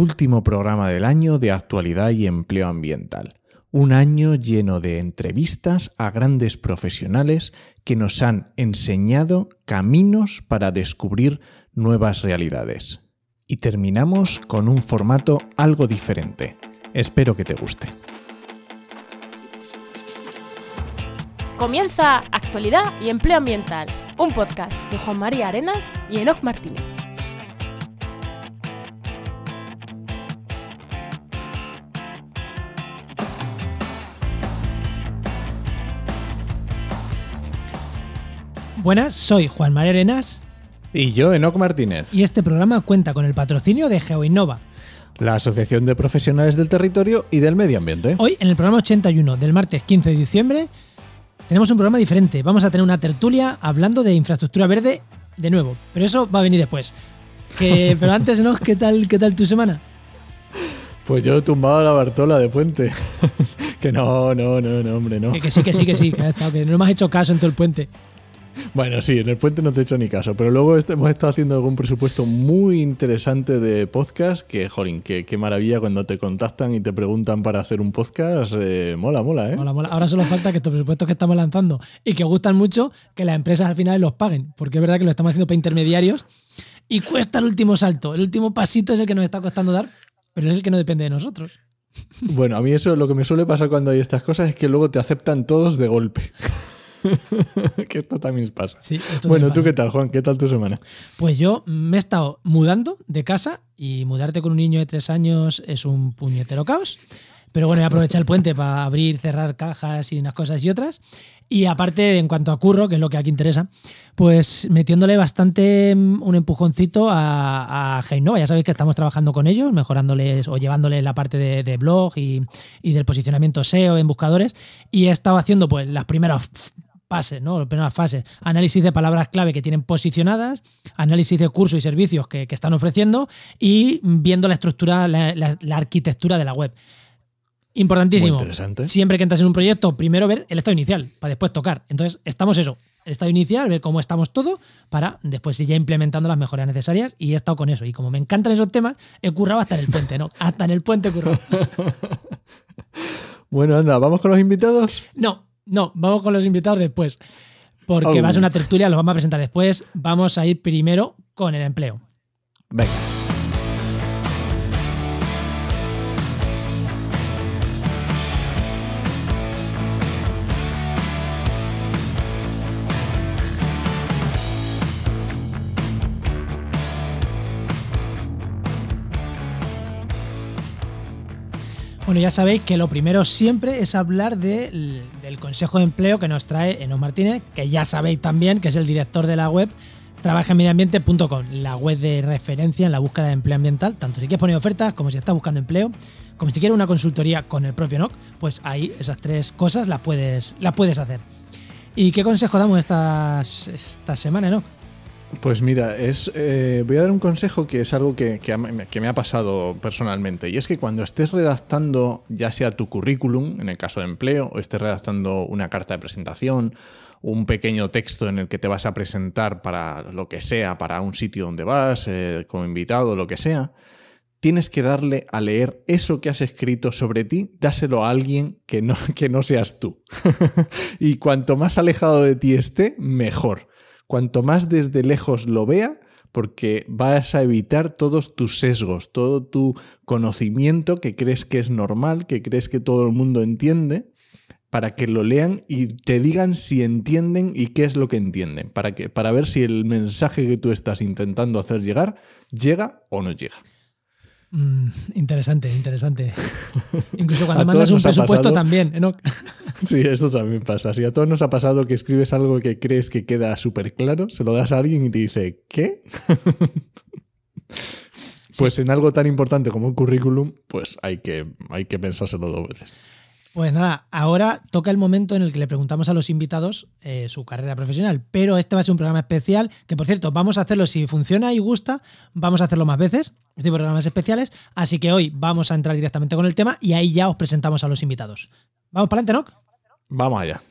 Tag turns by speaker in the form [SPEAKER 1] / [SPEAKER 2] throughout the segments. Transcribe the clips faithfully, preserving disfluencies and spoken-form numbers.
[SPEAKER 1] último programa del año de actualidad y empleo ambiental. Un año lleno de entrevistas a grandes profesionales que nos han enseñado caminos para descubrir nuevas realidades. Y terminamos con un formato algo diferente. Espero que te guste.
[SPEAKER 2] Comienza Actualidad y Empleo Ambiental, un podcast de Juan María Arenas y Enoc Martínez.
[SPEAKER 3] Buenas, soy Juan María Arenas.
[SPEAKER 1] Y yo, Enoc Martínez.
[SPEAKER 3] Y este programa cuenta con el patrocinio de GeoInnova,
[SPEAKER 1] la Asociación de Profesionales del Territorio y del Medio Ambiente.
[SPEAKER 3] Hoy, en el programa ochenta y uno del martes quince de diciembre, tenemos un programa diferente. Vamos a tener una tertulia hablando de infraestructura verde de nuevo, pero eso va a venir después. Que, pero antes, ¿no? ¿Qué tal, qué tal tu semana?
[SPEAKER 1] Pues yo he tumbado a la Bartola de Puente. Que no, no, no, no, hombre, no.
[SPEAKER 3] Que, que sí, que sí, que sí, que, ha estado, que no me has hecho caso en todo el puente.
[SPEAKER 1] Bueno, sí, en el puente no te he hecho ni caso, pero luego este, hemos estado haciendo algún presupuesto muy interesante de podcast que, jolín, que, qué maravilla cuando te contactan y te preguntan para hacer un podcast. Eh, mola, mola, ¿eh?
[SPEAKER 3] Mola, mola. Ahora solo falta que estos presupuestos que estamos lanzando y que gustan mucho, que las empresas al final los paguen, porque es verdad que lo estamos haciendo para intermediarios y cuesta el último salto. El último pasito es el que nos está costando dar, pero es el que no depende de nosotros.
[SPEAKER 1] Bueno, a mí eso lo que me suele pasar cuando hay estas cosas es que luego te aceptan todos de golpe. Que esto también pasa. Sí, esto bueno, ¿tú pasa. ¿Qué tal, Juan? ¿Qué tal tu semana?
[SPEAKER 3] Pues yo me he estado mudando de casa y mudarte con un niño de tres años es un puñetero caos. Pero bueno, he aprovechado el puente para abrir, cerrar cajas y unas cosas y otras. Y aparte, en cuanto a curro, que es lo que aquí interesa, pues metiéndole bastante un empujoncito a, a GeoInnova. Ya sabéis que estamos trabajando con ellos, mejorándoles o llevándoles la parte de, de blog y, y del posicionamiento S E O en buscadores. Y he estado haciendo pues las primeras fases, ¿no? Las primeras fases. Análisis de palabras clave que tienen posicionadas, análisis de cursos y servicios que, que están ofreciendo y viendo la estructura, la, la, la arquitectura de la web. Importantísimo.
[SPEAKER 1] Muy interesante.
[SPEAKER 3] Siempre que entras en un proyecto, primero ver el estado inicial, para después tocar. Entonces, estamos eso, el estado inicial, ver cómo estamos todo, para después ir ya implementando las mejoras necesarias. Y he estado con eso. Y como me encantan esos temas, he currado hasta en el puente, ¿no? Hasta en el puente he currado.
[SPEAKER 1] Bueno, anda, ¿vamos con los invitados?
[SPEAKER 3] No, no, vamos con los invitados después. Porque oh. va a ser una tertulia, los vamos a presentar después. Vamos a ir primero con el empleo.
[SPEAKER 1] Venga.
[SPEAKER 3] Bueno, ya sabéis que lo primero siempre es hablar de, del consejo de empleo que nos trae Enoc Martínez, que ya sabéis también que es el director de la web trabaja en medio ambiente punto com, la web de referencia en la búsqueda de empleo ambiental, tanto si quieres poner ofertas como si estás buscando empleo, como si quieres una consultoría con el propio Enoc, pues ahí esas tres cosas las puedes, las puedes hacer. ¿Y qué consejo damos estas, esta semana, Enoc?
[SPEAKER 1] Pues mira, es, eh, voy a dar un consejo que es algo que, que, que me ha pasado personalmente, y es que cuando estés redactando ya sea tu currículum, en el caso de empleo, o estés redactando una carta de presentación, un pequeño texto en el que te vas a presentar para lo que sea, para un sitio donde vas, eh, como invitado, lo que sea, tienes que darle a leer eso que has escrito sobre ti, dáselo a alguien que no, que no seas tú. Y cuanto más alejado de ti esté, mejor. Cuanto más desde lejos lo vea, porque vas a evitar todos tus sesgos, todo tu conocimiento que crees que es normal, que crees que todo el mundo entiende, para que lo lean y te digan si entienden y qué es lo que entienden, para, que, para ver si el mensaje que tú estás intentando hacer llegar, llega o no llega.
[SPEAKER 3] Mm, interesante, interesante. Incluso cuando mandas un presupuesto también, ¿no?
[SPEAKER 1] Sí, esto también pasa. Si a todos nos ha pasado que escribes algo que crees que queda súper claro, se lo das a alguien y te dice, ¿qué? Pues sí. En algo tan importante como un currículum, pues hay que, hay que pensárselo dos veces.
[SPEAKER 3] Pues nada, ahora toca el momento en el que le preguntamos a los invitados eh, su carrera profesional, pero este va a ser un programa especial, que por cierto, vamos a hacerlo, si funciona y gusta, vamos a hacerlo más veces, este tipo de programas especiales, así que hoy vamos a entrar directamente con el tema y ahí ya os presentamos a los invitados. ¿Vamos para adelante, Enoc?
[SPEAKER 1] Vamos allá.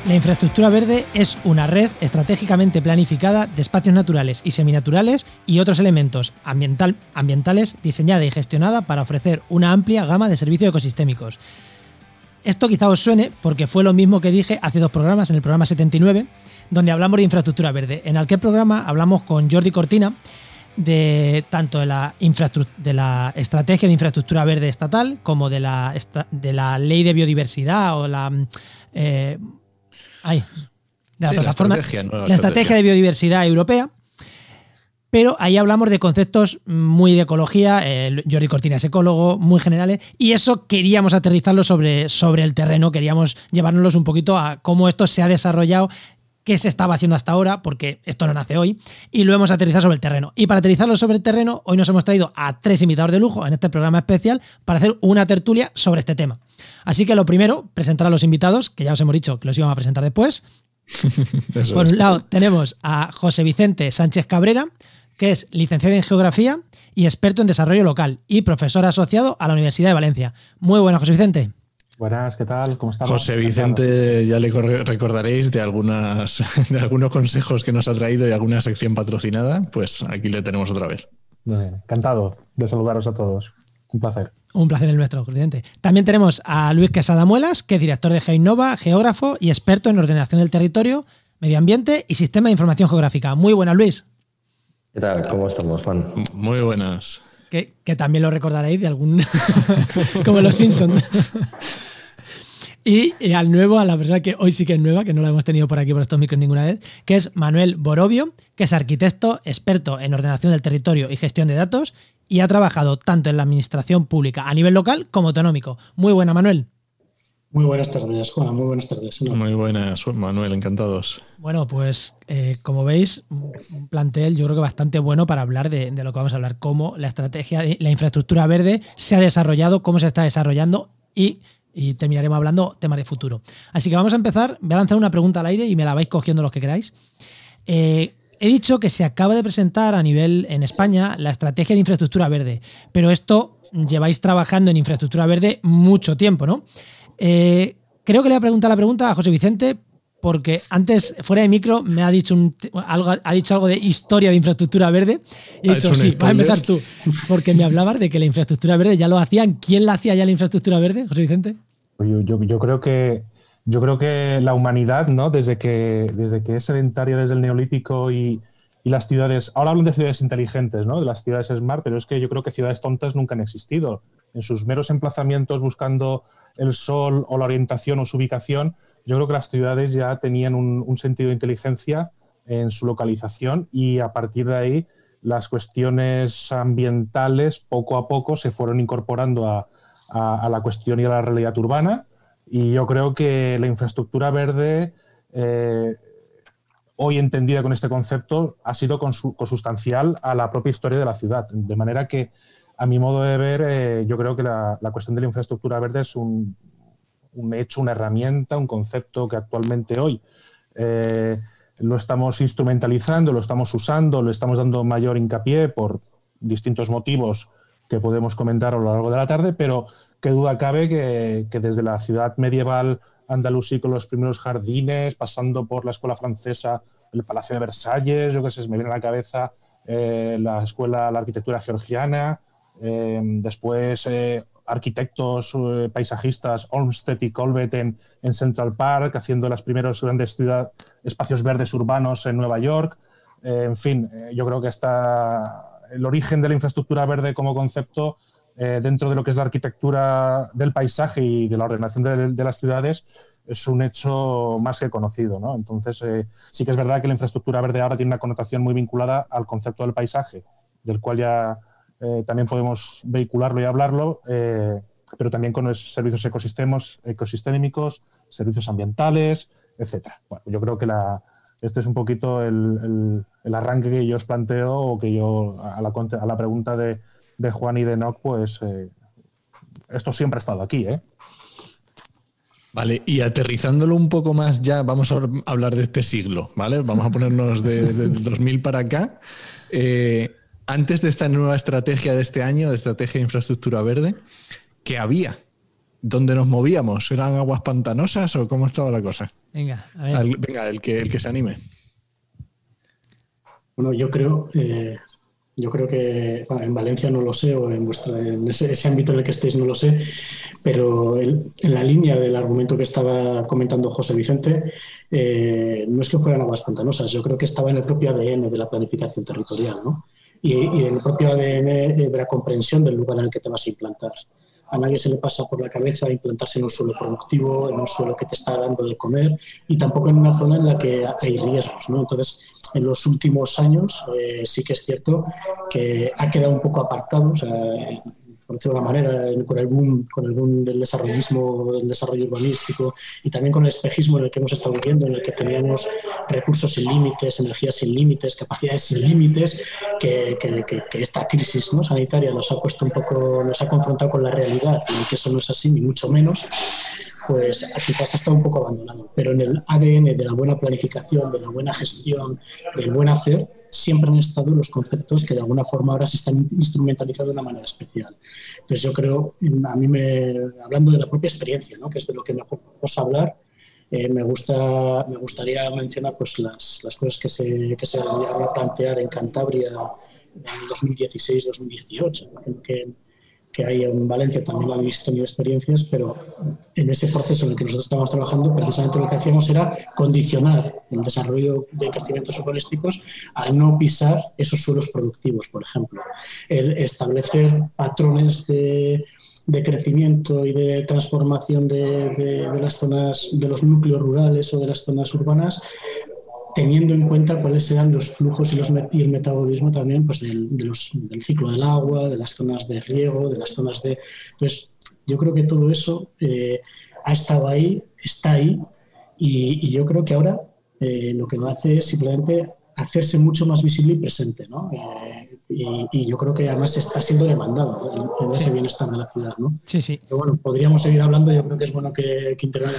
[SPEAKER 3] La infraestructura verde es una red estratégicamente planificada de espacios naturales y seminaturales y otros elementos ambiental, ambientales diseñada y gestionada para ofrecer una amplia gama de servicios ecosistémicos. Esto quizá os suene porque fue lo mismo que dije hace dos programas, en el programa setenta y nueve, donde hablamos de infraestructura verde. En aquel programa hablamos con Jordi Cortina de tanto de la, de la estrategia de infraestructura verde estatal como de la, de la ley de biodiversidad o la... Eh, ay, de la
[SPEAKER 1] sí,
[SPEAKER 3] plataforma,
[SPEAKER 1] la estrategia, no, la
[SPEAKER 3] la estrategia
[SPEAKER 1] estrategia
[SPEAKER 3] de biodiversidad europea. Pero ahí hablamos de conceptos muy de ecología, eh, Jordi Cortina es ecólogo, muy generales, y eso queríamos aterrizarlo sobre, sobre el terreno, queríamos llevárnoslos un poquito a cómo esto se ha desarrollado, qué se estaba haciendo hasta ahora, porque esto no nace hoy, y lo hemos aterrizado sobre el terreno. Y para aterrizarlo sobre el terreno, hoy nos hemos traído a tres invitados de lujo en este programa especial para hacer una tertulia sobre este tema. Así que lo primero, presentar a los invitados, que ya os hemos dicho que los íbamos a presentar después. Por un lado tenemos a José Vicente Sánchez Cabrera, que es licenciado en Geografía y experto en desarrollo local y profesor asociado a la Universidad de Valencia. Muy buenas, José Vicente.
[SPEAKER 4] Buenas, ¿qué tal? ¿Cómo estamos?
[SPEAKER 1] José Vicente, ya le recordaréis de, algunas, de algunos consejos que nos ha traído y alguna sección patrocinada, pues aquí le tenemos otra vez.
[SPEAKER 4] Encantado de saludaros a todos. Un placer.
[SPEAKER 3] Un placer el nuestro, José Vicente. También tenemos a Luis Quesada Muelas, que es director de GeoInnova, geógrafo y experto en ordenación del territorio, medio ambiente y sistema de información geográfica. Muy buenas, Luis.
[SPEAKER 5] ¿Qué tal? ¿Cómo estamos, Juan?
[SPEAKER 1] Muy buenas.
[SPEAKER 3] Que, que también lo recordaréis de algún... como los Simpsons. y, y al nuevo, a la persona que hoy sí que es nueva, que no la hemos tenido por aquí por estos micros ninguna vez, que es Manuel Borovio, que es arquitecto, experto en ordenación del territorio y gestión de datos y ha trabajado tanto en la administración pública a nivel local como autonómico. Muy buena, Manuel.
[SPEAKER 6] Muy buenas tardes, Juan. Muy buenas tardes. ¿No?
[SPEAKER 1] Muy buenas, Manuel. Encantados.
[SPEAKER 3] Bueno, pues eh, como veis, un plantel yo creo que bastante bueno para hablar de, de lo que vamos a hablar, cómo la estrategia, de la infraestructura verde se ha desarrollado, cómo se está desarrollando y, y terminaremos hablando temas de futuro. Así que vamos a empezar. Voy a lanzar una pregunta al aire y me la vais cogiendo los que queráis. Eh, he dicho que se acaba de presentar a nivel en España la estrategia de infraestructura verde, pero esto lleváis trabajando en infraestructura verde mucho tiempo, ¿no? Eh, creo que le voy a preguntar la pregunta a José Vicente porque antes, fuera de micro, me ha dicho, un, algo, ha dicho algo de historia de infraestructura verde y he dicho, sí, vas a empezar tú, porque me hablabas de que la infraestructura verde ya lo hacían. ¿Quién la hacía ya la infraestructura verde, José Vicente?
[SPEAKER 4] Yo, yo, yo creo que yo creo que la humanidad, ¿no? desde que, desde que es sedentaria desde el Neolítico y, y las ciudades, ahora hablan de ciudades inteligentes, ¿no? De las ciudades smart, pero es que yo creo que ciudades tontas nunca han existido. En sus meros emplazamientos buscando el sol o la orientación o su ubicación, yo creo que las ciudades ya tenían un, un sentido de inteligencia en su localización y a partir de ahí las cuestiones ambientales poco a poco se fueron incorporando a, a, a la cuestión y a la realidad urbana y yo creo que la infraestructura verde, eh, hoy entendida con este concepto, ha sido consustancial a la propia historia de la ciudad, de manera que a mi modo de ver, eh, yo creo que la, la cuestión de la infraestructura verde es un, un hecho, una herramienta, un concepto que actualmente hoy eh, lo estamos instrumentalizando, lo estamos usando, le estamos dando mayor hincapié por distintos motivos que podemos comentar a lo largo de la tarde, pero qué duda cabe que, que desde la ciudad medieval andalusí con los primeros jardines, pasando por la escuela francesa, el Palacio de Versalles, yo qué sé, me viene a la cabeza eh, la escuela, la arquitectura georgiana. Eh, después eh, arquitectos eh, paisajistas Olmsted y Colbert en, en Central Park haciendo los primeros grandes ciudades, espacios verdes urbanos en Nueva York. Eh, en fin, eh, yo creo que está el origen de la infraestructura verde como concepto eh, dentro de lo que es la arquitectura del paisaje y de la ordenación de, de las ciudades es un hecho más que conocido, ¿no? Entonces eh, sí que es verdad que la infraestructura verde ahora tiene una connotación muy vinculada al concepto del paisaje, del cual ya Eh, también podemos vehicularlo y hablarlo, eh, pero también con los servicios ecosistemas, ecosistémicos, servicios ambientales, etcétera. Bueno, yo creo que la, este es un poquito el, el, el arranque que yo os planteo o que yo, a la, a la pregunta de, de Juan y de Enoch, pues eh, esto siempre ha estado aquí, ¿eh?
[SPEAKER 1] Vale, y aterrizándolo un poco más ya, vamos a hablar de este siglo, ¿vale? Vamos a ponernos de, de, del dos mil para acá. Eh, Antes de esta nueva estrategia de este año, de estrategia de infraestructura verde, ¿qué había? ¿dónde nos movíamos? ¿Eran aguas pantanosas o cómo estaba la cosa?
[SPEAKER 3] Venga, a ver.
[SPEAKER 1] Al, venga, el que, el que se anime.
[SPEAKER 6] Bueno, yo creo, eh, yo creo que bueno, en Valencia no lo sé, o en, vuestra, en ese, ese ámbito en el que estéis no lo sé, pero el, en la línea del argumento que estaba comentando José Vicente, eh, no es que fueran aguas pantanosas, yo creo que estaba en el propio A D N de la planificación territorial, ¿no? Y, y en el propio A D N de la comprensión del lugar en el que te vas a implantar. A nadie se le pasa por la cabeza implantarse en un suelo productivo, en un suelo que te está dando de comer y tampoco en una zona en la que hay riesgos, ¿no? Entonces, en los últimos años eh, sí que es cierto que ha quedado un poco apartado, o sea, por decirlo de alguna manera, con el boom, con el boom del desarrollismo, del desarrollo urbanístico y también con el espejismo en el que hemos estado viviendo, en el que teníamos recursos sin límites, energías sin límites, capacidades sin límites, que, que, que, que esta crisis, ¿no?, sanitaria nos ha puesto un poco, nos ha confrontado con la realidad y que eso no es así, ni mucho menos, pues quizás ha estado un poco abandonado. Pero en el A D N de la buena planificación, de la buena gestión, del buen hacer, siempre han estado los conceptos que de alguna forma ahora se están instrumentalizando de una manera especial. Entonces yo creo, a mí me, hablando de la propia experiencia, ¿no?, que es de lo que me vamos a hablar, eh, me, gusta, me gustaría mencionar pues, las, las cosas que se, que se llegaron a plantear en Cantabria en dos mil dieciséis dos mil dieciocho, que que hay en Valencia también han visto ni experiencias, pero en ese proceso en el que nosotros estábamos trabajando, precisamente lo que hacíamos era condicionar el desarrollo de crecimientos urbanísticos a no pisar esos suelos productivos, por ejemplo. El establecer patrones de, de crecimiento y de transformación de, de, de las zonas, de los núcleos rurales o de las zonas urbanas, teniendo en cuenta cuáles eran los flujos y, los, y el metabolismo también pues del, de los, del ciclo del agua, de las zonas de riego, de las zonas de... Entonces, yo creo que todo eso eh, ha estado ahí, está ahí, y, y yo creo que ahora eh, lo que lo hace es simplemente hacerse mucho más visible y presente, ¿no? Eh, y, y yo creo que además está siendo demandado, ¿no?, en, en ese bienestar de la ciudad, ¿no?
[SPEAKER 3] Sí, sí.
[SPEAKER 6] Pero bueno, podríamos seguir hablando, yo creo que es bueno que, que intervenga.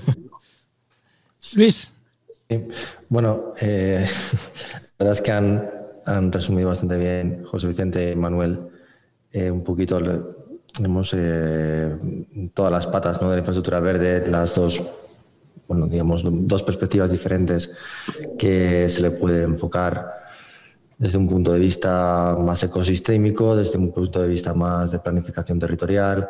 [SPEAKER 3] Luis.
[SPEAKER 5] Sí. Bueno, eh, la verdad es que han, han resumido bastante bien José Vicente y Manuel eh, un poquito, le, hemos eh, todas las patas, ¿no?, de la infraestructura verde, las dos, bueno, digamos, dos perspectivas diferentes que se le puede enfocar desde un punto de vista más ecosistémico, desde un punto de vista más de planificación territorial.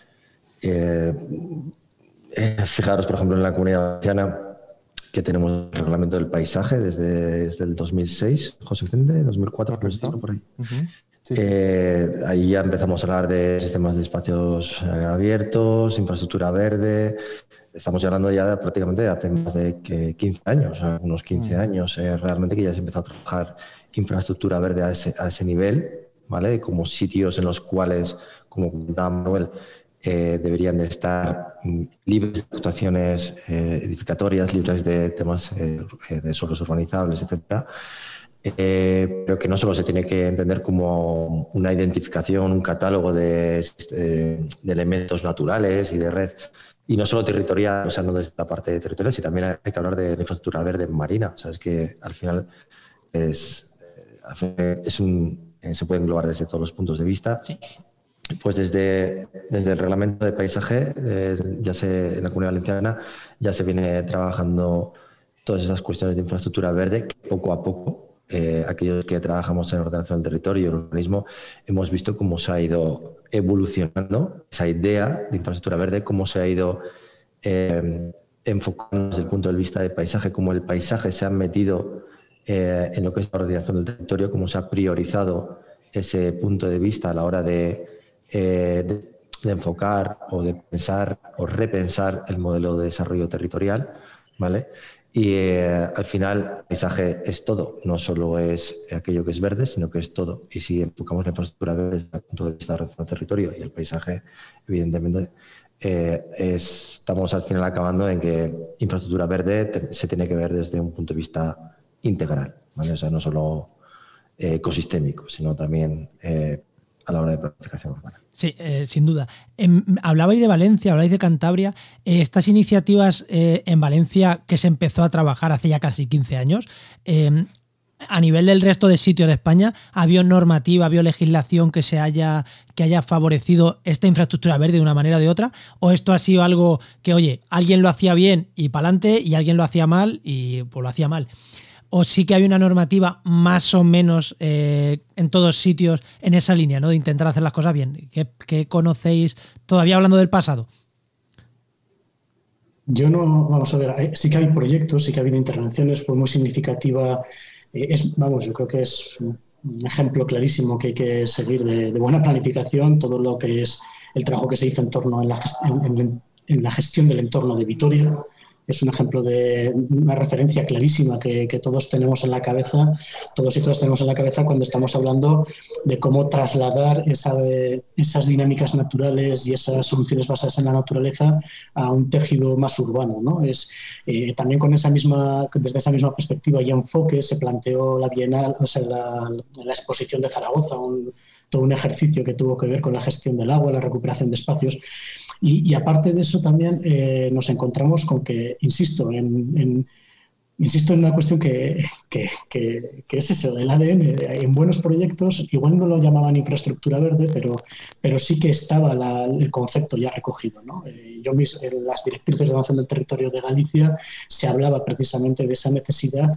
[SPEAKER 5] Eh, eh, fijaros, por ejemplo, en la Comunidad Valenciana, que tenemos el reglamento del paisaje desde, desde el dos mil seis, José Vicente, dos mil cuatro, por ahí. Uh-huh. Sí. Eh, ahí ya empezamos a hablar de sistemas de espacios eh, abiertos, infraestructura verde. Estamos hablando ya de, prácticamente de hace más de quince años, o sea, unos quince uh-huh. años, eh, realmente que ya se empezó a trabajar infraestructura verde a ese, a ese nivel, ¿vale? Como sitios en los cuales, como comentaba Manuel, Eh, deberían de estar libres de actuaciones eh, edificatorias, libres de temas eh, de suelos urbanizables, etcétera. Eh, pero que no solo se tiene que entender como una identificación, un catálogo de, de, de elementos naturales y de red, y no solo territorial, o sea, no desde la parte territorial, sino también hay que hablar de la infraestructura verde marina. O sea, es que al final es, es un, se puede englobar desde todos los puntos de vista. Sí. Pues desde, desde el reglamento de paisaje, eh, ya se, en la Comunidad Valenciana, ya se viene trabajando todas esas cuestiones de infraestructura verde, que poco a poco, eh, aquellos que trabajamos en ordenación del territorio y urbanismo, hemos visto cómo se ha ido evolucionando esa idea de infraestructura verde, cómo se ha ido eh, enfocando desde el punto de vista del paisaje, cómo el paisaje se ha metido eh, en lo que es la ordenación del territorio, cómo se ha priorizado ese punto de vista a la hora de Eh, de, de enfocar o de pensar o repensar el modelo de desarrollo territorial, ¿vale? Y eh, al final el paisaje es todo, no solo es aquello que es verde, sino que es todo. Y si enfocamos la infraestructura verde desde el punto de vista del territorio y el paisaje, evidentemente, eh, es, estamos al final acabando en que infraestructura verde te, se tiene que ver desde un punto de vista integral, ¿vale? O sea, no solo eh, ecosistémico, sino también eh, a la hora de planificación urbana.
[SPEAKER 3] Sí, eh, sin duda. Eh, hablabais de Valencia, hablabais de Cantabria. Eh, estas iniciativas eh, en Valencia que se empezó a trabajar hace ya casi quince años, eh, a nivel del resto de sitios de España, ¿ha habido normativa, ha habido legislación que se haya, que haya favorecido esta infraestructura verde de una manera o de otra? ¿O esto ha sido algo que, oye, alguien lo hacía bien y para adelante y alguien lo hacía mal y pues lo hacía mal? ¿O sí que hay una normativa más o menos eh, en todos sitios en esa línea, ¿no? De intentar hacer las cosas bien? ¿Qué, qué conocéis todavía hablando del pasado?
[SPEAKER 6] Yo no, vamos a ver, sí que hay proyectos, sí que ha habido intervenciones, fue muy significativa. Eh, es, vamos, yo creo que es un ejemplo clarísimo que hay que seguir de, de buena planificación, todo lo que es el trabajo que se hizo en torno en la, en, en, en la gestión del entorno de Vitoria. Es un ejemplo de una referencia clarísima que, que todos tenemos en la cabeza, todos y todas tenemos en la cabeza cuando estamos hablando de cómo trasladar esa, esas dinámicas naturales y esas soluciones basadas en la naturaleza a un tejido más urbano, ¿no? Es, eh, también con esa misma, desde esa misma perspectiva y enfoque se planteó la Bienal, o sea, la, la exposición de Zaragoza, un, todo un ejercicio que tuvo que ver con la gestión del agua, la recuperación de espacios. Y, y aparte de eso también eh, nos encontramos con que, insisto, en, en, insisto en una cuestión que, que, que, que es eso, del A D N. En buenos proyectos, igual no lo llamaban infraestructura verde, pero, pero sí que estaba la, el concepto ya recogido, ¿no? Eh, yo mis, en las directrices de ordenación del territorio de Galicia se hablaba precisamente de esa necesidad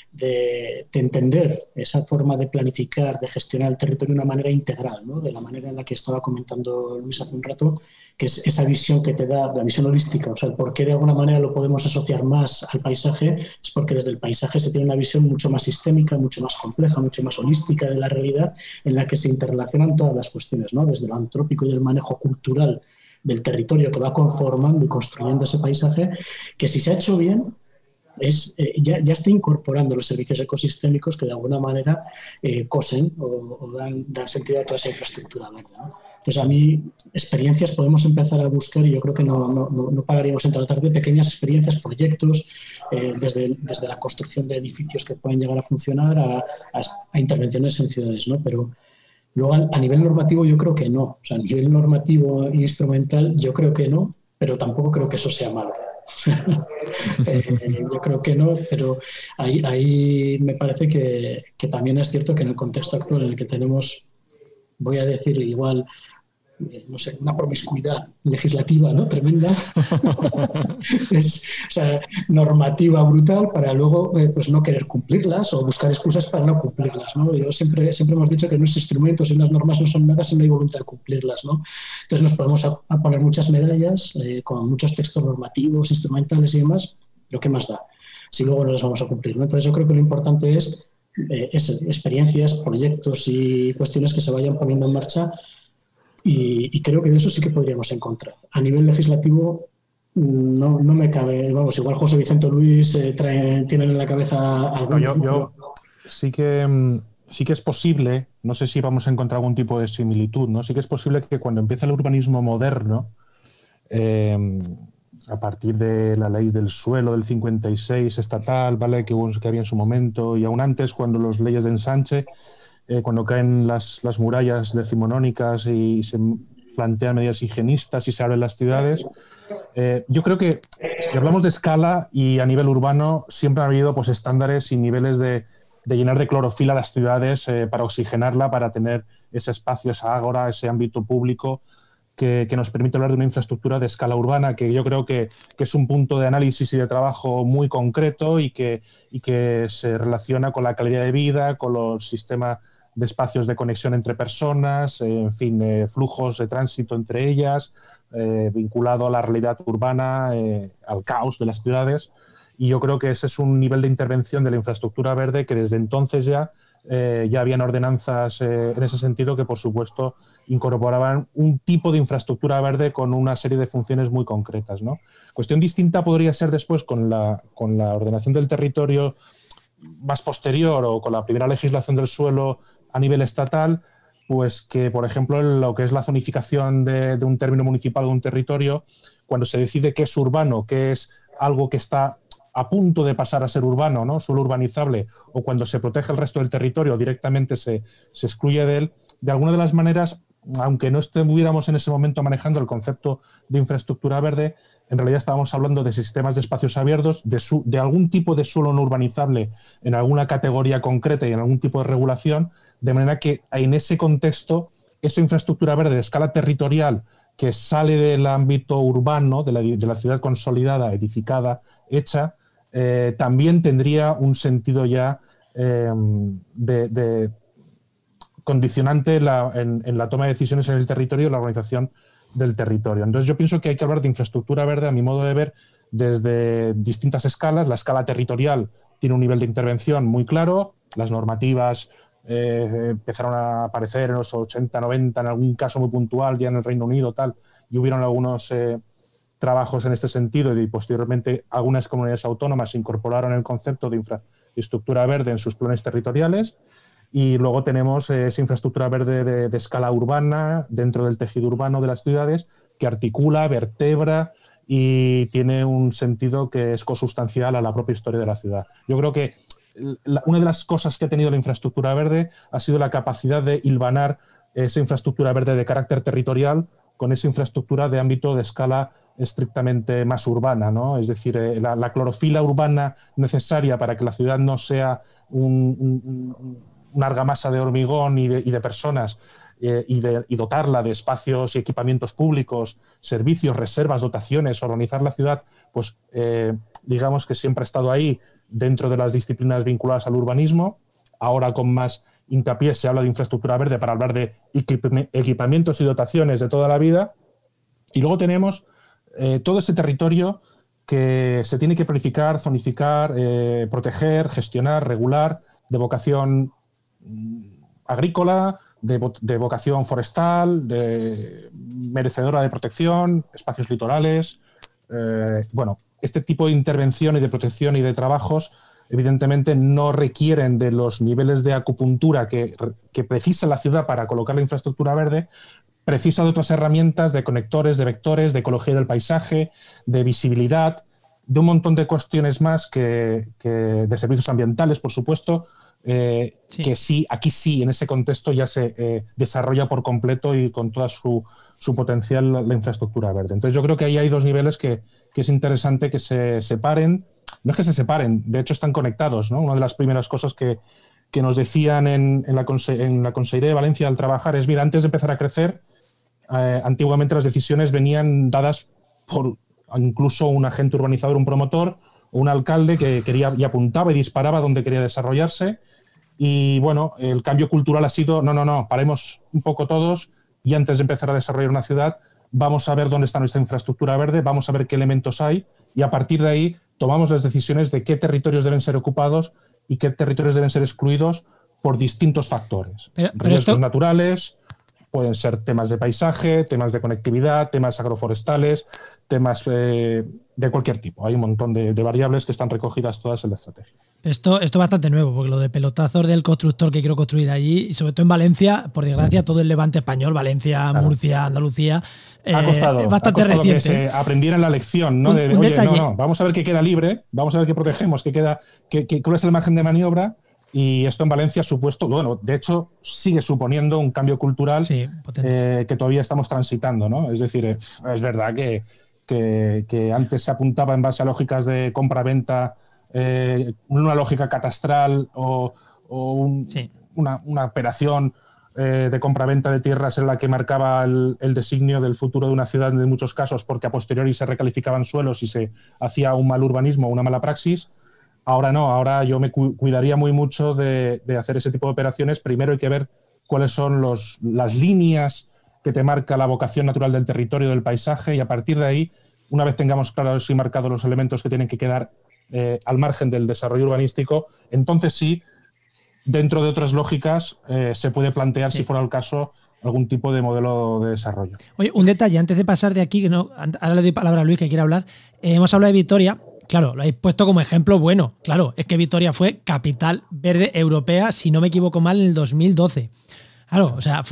[SPEAKER 6] De, de entender esa forma de planificar, de gestionar el territorio de una manera integral, ¿no? De la manera en la que estaba comentando Luis hace un rato, que es esa visión que te da, la visión holística, o sea, el por qué de alguna manera lo podemos asociar más al paisaje, es porque desde el paisaje se tiene una visión mucho más sistémica, mucho más compleja, mucho más holística de la realidad, en la que se interrelacionan todas las cuestiones, ¿no? Desde lo antrópico y del manejo cultural del territorio que va conformando y construyendo ese paisaje, que si se ha hecho bien, Es, eh, ya, ya está incorporando los servicios ecosistémicos que de alguna manera eh, cosen o, o dan, dan sentido a toda esa infraestructura verde, ¿no? Entonces, a mí, experiencias podemos empezar a buscar y yo creo que no, no, no pararíamos en tratar de pequeñas experiencias, proyectos, eh, desde, desde la construcción de edificios que pueden llegar a funcionar a, a, a intervenciones en ciudades, ¿no? Pero luego, a, a nivel normativo, yo creo que no. O sea, a nivel normativo e instrumental, yo creo que no, pero tampoco creo que eso sea malo. eh, yo creo que no, pero ahí, ahí me parece que, que también es cierto que en el contexto actual en el que tenemos, voy a decir igual, eh, no sé, una promiscuidad legislativa, ¿no? Tremenda. Es, o sea, normativa brutal para luego eh, pues no querer cumplirlas o buscar excusas para no cumplirlas, ¿no? Yo siempre, siempre hemos dicho que nuestros instrumentos y las normas no son nada si no hay voluntad de cumplirlas, ¿no? Entonces nos podemos a, a poner muchas medallas eh, con muchos textos normativos, instrumentales y demás, pero ¿qué más da? Si luego no las vamos a cumplir, ¿no? Entonces yo creo que lo importante es, eh, es experiencias, proyectos y cuestiones que se vayan poniendo en marcha. Y, y creo que de eso sí que podríamos encontrar. A nivel legislativo no, no me cabe, vamos, igual José Vicente o Luis eh, traen, tienen en la cabeza algo.
[SPEAKER 4] No, yo, yo sí que sí que es posible, no sé si vamos a encontrar algún tipo de similitud, ¿no? Sí que es posible que cuando empieza el urbanismo moderno, eh, a partir de la ley del suelo del cincuenta y seis estatal, ¿vale? que, que había en su momento, y aún antes cuando las leyes de ensanche, Eh, cuando caen las, las murallas decimonónicas y se plantean medidas higienistas y se abren las ciudades, eh, yo creo que si hablamos de escala y a nivel urbano siempre ha habido pues, estándares y niveles de, de llenar de clorofila las ciudades eh, para oxigenarla, para tener ese espacio, esa ágora, ese ámbito público que, que nos permite hablar de una infraestructura de escala urbana, que yo creo que, que es un punto de análisis y de trabajo muy concreto y que, y que se relaciona con la calidad de vida, con los sistemas de espacios de conexión entre personas, eh, en fin, eh, flujos de tránsito entre ellas, eh, vinculado a la realidad urbana, eh, al caos de las ciudades. Y yo creo que ese es un nivel de intervención de la infraestructura verde que desde entonces ya, eh, ya habían ordenanzas eh, en ese sentido que, por supuesto, incorporaban un tipo de infraestructura verde con una serie de funciones muy concretas, ¿no? Cuestión distinta podría ser después con la, con la ordenación del territorio más posterior o con la primera legislación del suelo a nivel estatal, pues que, por ejemplo, lo que es la zonificación de, de un término municipal de un territorio, cuando se decide qué es urbano, qué es algo que está a punto de pasar a ser urbano, ¿no? Suelo urbanizable, o cuando se protege el resto del territorio, directamente se, se excluye de él, de alguna de las maneras aunque no estuviéramos en ese momento manejando el concepto de infraestructura verde, en realidad estábamos hablando de sistemas de espacios abiertos, de, su, de algún tipo de suelo no urbanizable en alguna categoría concreta y en algún tipo de regulación, de manera que en ese contexto, esa infraestructura verde de escala territorial que sale del ámbito urbano, de la, de la ciudad consolidada, edificada, hecha, eh, también tendría un sentido ya eh, de, de condicionante la, en, en la toma de decisiones en el territorio y la organización del territorio. Entonces yo pienso que hay que hablar de infraestructura verde, a mi modo de ver, desde distintas escalas. La escala territorial tiene un nivel de intervención muy claro, las normativas eh, empezaron a aparecer en los ochenta, noventa, en algún caso muy puntual, ya en el Reino Unido, tal, y hubieron algunos eh, trabajos en este sentido, y posteriormente algunas comunidades autónomas incorporaron el concepto de infraestructura verde en sus planes territoriales. Y luego tenemos eh, esa infraestructura verde de, de escala urbana dentro del tejido urbano de las ciudades, que articula, vertebra y tiene un sentido que es consustancial a la propia historia de la ciudad. Yo creo que la, una de las cosas que ha tenido la infraestructura verde ha sido la capacidad de hilvanar esa infraestructura verde de carácter territorial con esa infraestructura de ámbito de escala estrictamente más urbana, ¿no? Es decir, eh, la, la clorofila urbana necesaria para que la ciudad no sea un, un, un una argamasa de hormigón y de, y de personas eh, y, de, y dotarla de espacios y equipamientos públicos, servicios, reservas, dotaciones, organizar la ciudad, pues eh, digamos que siempre ha estado ahí dentro de las disciplinas vinculadas al urbanismo. Ahora con más hincapié se habla de infraestructura verde para hablar de equipamientos y dotaciones de toda la vida. Y luego tenemos eh, todo ese territorio que se tiene que planificar, zonificar, eh, proteger, gestionar, regular, de vocación agrícola, de, de vocación forestal, de merecedora de protección, espacios litorales. Eh, bueno, este tipo de intervención y de protección y de trabajos evidentemente no requieren de los niveles de acupuntura que, que precisa la ciudad para colocar la infraestructura verde, precisa de otras herramientas, de conectores, de vectores, de ecología del paisaje, de visibilidad, de un montón de cuestiones más que, que de servicios ambientales, por supuesto, Eh, sí. que sí, aquí sí, en ese contexto ya se eh, desarrolla por completo y con toda su, su potencial la, la infraestructura verde. Entonces yo creo que ahí hay dos niveles que, que es interesante que se separen. No es que se separen, de hecho están conectados, ¿no? Una de las primeras cosas que, que nos decían en, en, la en la Consellería de Valencia al trabajar es, mira, antes de empezar a crecer, eh, antiguamente las decisiones venían dadas por incluso un agente urbanizador, un promotor, o un alcalde que quería y apuntaba y disparaba donde quería desarrollarse. Y bueno, el cambio cultural ha sido, no, no, no, paremos un poco todos y antes de empezar a desarrollar una ciudad, vamos a ver dónde está nuestra infraestructura verde, vamos a ver qué elementos hay y a partir de ahí tomamos las decisiones de qué territorios deben ser ocupados y qué territorios deben ser excluidos por distintos factores. Pero, pero Riesgos esto... naturales, pueden ser temas de paisaje, temas de conectividad, temas agroforestales, temas eh, de cualquier tipo. Hay un montón de, de variables que están recogidas todas en la estrategia.
[SPEAKER 3] Esto, esto es bastante nuevo, porque lo de pelotazos del constructor que quiero construir allí, y sobre todo en Valencia, por desgracia, todo el levante español, Valencia, claro. Murcia, Andalucía, eh,
[SPEAKER 4] ha costado,
[SPEAKER 3] es bastante
[SPEAKER 4] ha costado
[SPEAKER 3] reciente.
[SPEAKER 4] Que se aprendieran la lección, ¿no?
[SPEAKER 3] Un,
[SPEAKER 4] de,
[SPEAKER 3] un
[SPEAKER 4] oye,
[SPEAKER 3] detalle.
[SPEAKER 4] no, no, vamos a ver qué queda libre, vamos a ver qué protegemos, qué queda, qué, qué, cuál es el margen de maniobra. Y esto en Valencia ha supuesto, bueno, de hecho sigue suponiendo un cambio cultural sí, eh, que todavía estamos transitando, ¿no? Es decir, es, es verdad que, que, que antes se apuntaba en base a lógicas de compra-venta, eh, una lógica catastral o, o un, sí. una, una operación eh, de compra-venta de tierras en la que marcaba el, el designio del futuro de una ciudad en muchos casos porque a posteriori se recalificaban suelos y se hacía un mal urbanismo, una mala praxis. Ahora no, ahora yo me cu cuidaría muy mucho de, de hacer ese tipo de operaciones. Primero hay que ver cuáles son los, las líneas que te marca la vocación natural del territorio, del paisaje, y a partir de ahí, una vez tengamos claros y marcados los elementos que tienen que quedar eh, al margen del desarrollo urbanístico, entonces sí, dentro de otras lógicas, eh, se puede plantear, sí. si fuera el caso, algún tipo de modelo de desarrollo.
[SPEAKER 3] Oye, un detalle, antes de pasar de aquí, que no, ahora le doy palabra a Luis, que quiere hablar, eh, hemos hablado de Vitoria. Claro, lo habéis puesto como ejemplo bueno. Claro, es que Vitoria fue capital verde europea, si no me equivoco mal, en el dos mil doce. Claro, o sea, fue la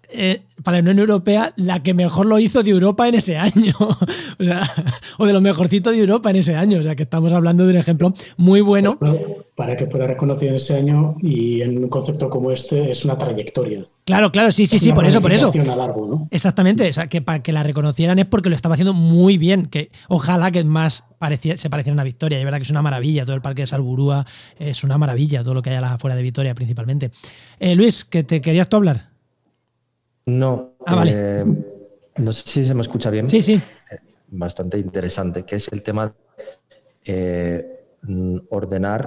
[SPEAKER 3] eh, para la Unión Europea la que mejor lo hizo de Europa en ese año. O sea, o de lo mejorcito de Europa en ese año. O sea, que estamos hablando de un ejemplo muy bueno.
[SPEAKER 6] Para que fuera reconocido en ese año y en un concepto como este es una trayectoria.
[SPEAKER 3] Claro, claro, sí, sí, sí, por eso, por eso.
[SPEAKER 6] A largo, ¿no?
[SPEAKER 3] Exactamente, o sea, que para que la reconocieran es porque lo estaba haciendo muy bien, que ojalá que más parecía, se pareciera a Victoria. Y es verdad que es una maravilla, todo el parque de Salburúa es una maravilla, todo lo que hay a las afueras de Victoria principalmente. Eh, Luis, ¿que te querías tú hablar?
[SPEAKER 5] No,
[SPEAKER 3] ah, vale.
[SPEAKER 5] eh, no sé si se me escucha bien.
[SPEAKER 3] Sí, sí.
[SPEAKER 5] Bastante interesante, que es el tema de eh, ordenar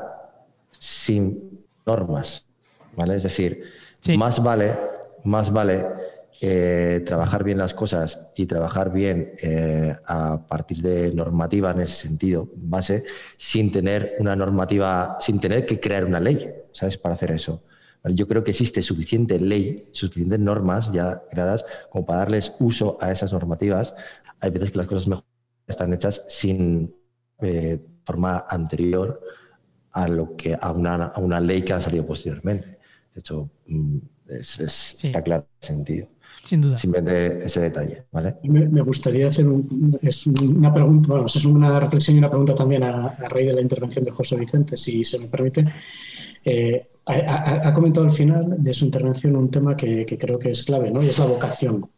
[SPEAKER 5] sin normas, ¿vale? Es decir, sí. más vale, más vale eh, trabajar bien las cosas y trabajar bien eh, a partir de normativa en ese sentido, base, sin tener una normativa, sin tener que crear una ley, ¿sabes? Para hacer eso. Yo creo que existe suficiente ley, suficientes normas ya creadas como para darles uso a esas normativas. Hay veces que las cosas mejor están hechas sin eh, forma anterior a lo que a una, a una ley que ha salido posteriormente. De hecho, es, es, sí. está claro en ese sentido.
[SPEAKER 3] Sin duda.
[SPEAKER 5] Simplemente ese detalle, ¿vale?
[SPEAKER 6] Me, me gustaría hacer un, es una pregunta, bueno, es una reflexión y una pregunta también a, a raíz de la intervención de José Vicente, si se me permite. Eh, ha, ha comentado al final de su intervención un tema que, que creo que es clave, ¿no? Y es la vocación.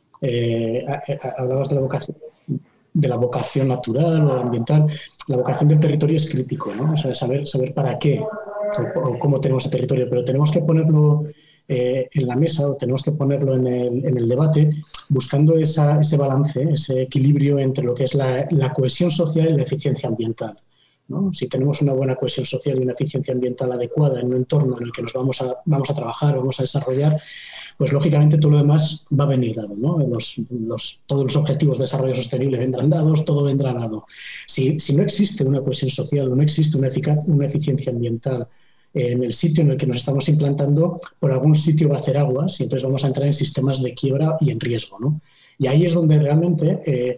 [SPEAKER 6] Eh, hablabas de la vocación, de la vocación natural o ambiental. La vocación del territorio es crítico, ¿no? O sea, saber, saber para qué o, o cómo tenemos ese territorio, pero tenemos que ponerlo eh, en la mesa o tenemos que ponerlo en el, en el debate buscando esa, ese balance, ese equilibrio entre lo que es la, la cohesión social y la eficiencia ambiental, ¿no? Si tenemos una buena cohesión social y una eficiencia ambiental adecuada en un entorno en el que nos vamos a, vamos a trabajar, vamos a desarrollar, pues lógicamente todo lo demás va a venir dado, ¿no? Los, los, todos los objetivos de desarrollo sostenible vendrán dados, todo vendrá dado. Si, si no existe una cohesión social o no existe una, eficac, una eficiencia ambiental en el sitio en el que nos estamos implantando, por algún sitio va a hacer aguas y entonces vamos a entrar en sistemas de quiebra y en riesgo, ¿no? Y ahí es donde realmente eh,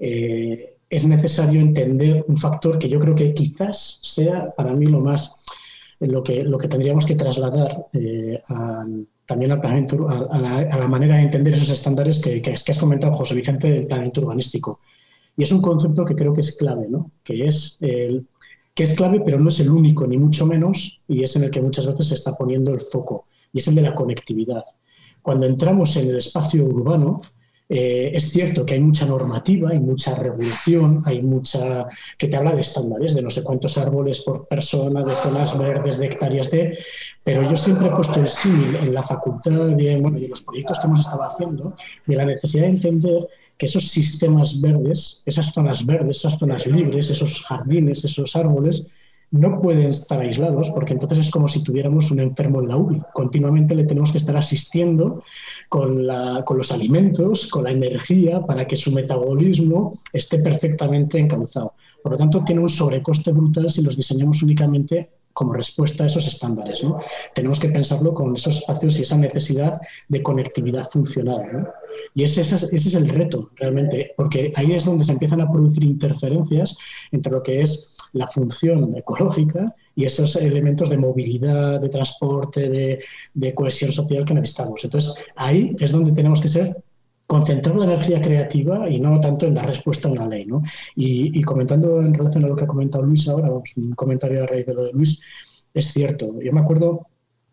[SPEAKER 6] eh, es necesario entender un factor que yo creo que quizás sea para mí lo más, lo que, lo que tendríamos que trasladar eh, a, también al planeamiento, a, a, la, a la manera de entender esos estándares que, que, que has comentado, José Vicente, del planeamiento urbanístico. Y es un concepto que creo que es clave, ¿no? Que es, el, que es clave, pero no es el único, ni mucho menos, y es en el que muchas veces se está poniendo el foco, y es el de la conectividad. Cuando entramos en el espacio urbano, Eh, es cierto que hay mucha normativa, hay mucha regulación, hay mucha que te habla de estándares, de no sé cuántos árboles por persona, de zonas verdes, de hectáreas de... Pero yo siempre he puesto el símil en la facultad de, bueno, y en los proyectos que hemos estado haciendo, de la necesidad de entender que esos sistemas verdes, esas zonas verdes, esas zonas libres, esos jardines, esos árboles, no pueden estar aislados porque entonces es como si tuviéramos un enfermo en la U B I. Continuamente le tenemos que estar asistiendo con, la, con los alimentos, con la energía para que su metabolismo esté perfectamente encauzado. Por lo tanto, tiene un sobrecoste brutal si los diseñamos únicamente como respuesta a esos estándares, ¿no? Tenemos que pensarlo con esos espacios y esa necesidad de conectividad funcional, ¿no? Y ese, ese, ese es el reto, realmente, porque ahí es donde se empiezan a producir interferencias entre lo que es la función ecológica y esos elementos de movilidad, de transporte, de, de cohesión social que necesitamos. Entonces, ahí es donde tenemos que ser, concentrar la energía creativa y no tanto en la respuesta a una ley, ¿no? Y, y comentando en relación a lo que ha comentado Luis ahora, vamos, un comentario a raíz de lo de Luis, es cierto. Yo me acuerdo,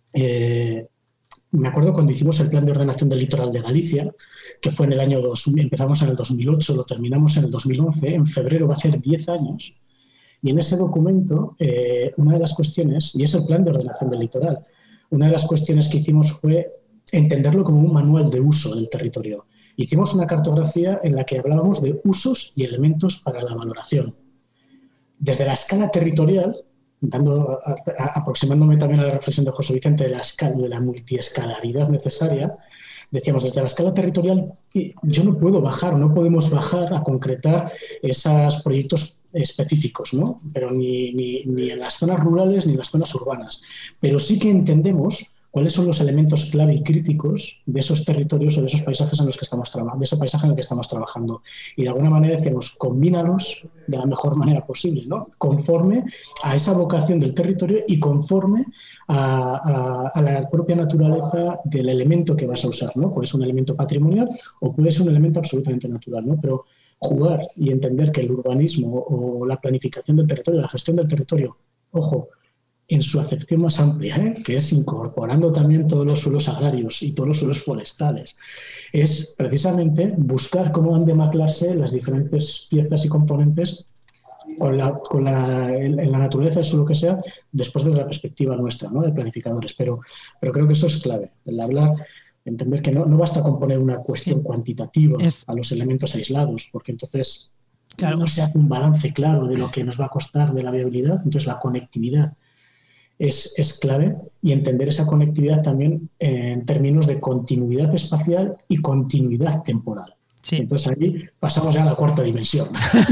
[SPEAKER 6] eh, me acuerdo cuando hicimos el plan de ordenación del litoral de Galicia, que fue en el año dos mil, empezamos en el dos mil ocho, lo terminamos en el dos mil once, en febrero va a ser diez años. Y en ese documento, eh, una de las cuestiones, y es el plan de ordenación del litoral, una de las cuestiones que hicimos fue entenderlo como un manual de uso del territorio. Hicimos una cartografía en la que hablábamos de usos y elementos para la valoración. Desde la escala territorial, dando, a, a, aproximándome también a la reflexión de José Vicente de la, escala, de la multiescalaridad necesaria, decíamos, desde la escala territorial, yo no puedo bajar, no podemos bajar a concretar esos proyectos específicos, ¿no? Pero ni, ni, ni en las zonas rurales ni en las zonas urbanas. Pero sí que entendemos cuáles son los elementos clave y críticos de esos territorios o de esos paisajes en los que estamos trabajando, de ese paisaje en el que estamos trabajando. Y de alguna manera decimos, combínalos de la mejor manera posible, ¿no? Conforme a esa vocación del territorio y conforme a, a, a la propia naturaleza del elemento que vas a usar, ¿no? Puede ser un elemento patrimonial o puede ser un elemento absolutamente natural, ¿no? Pero jugar y entender que el urbanismo o la planificación del territorio, la gestión del territorio, ojo, en su acepción más amplia, ¿eh? Que es incorporando también todos los suelos agrarios y todos los suelos forestales, es precisamente buscar cómo han de maclarse las diferentes piezas y componentes con la, con la, en, en la naturaleza del suelo que sea, después de la perspectiva nuestra, ¿no? De planificadores. Pero, pero creo que eso es clave, el hablar, entender que no, no basta con poner una cuestión sí. cuantitativa es... a los elementos aislados, porque entonces claro. no se hace un balance claro de lo que nos va a costar de la viabilidad. Entonces la conectividad Es, es clave, y entender esa conectividad también en términos de continuidad espacial y continuidad temporal. Sí. Entonces aquí pasamos ya a la cuarta dimensión.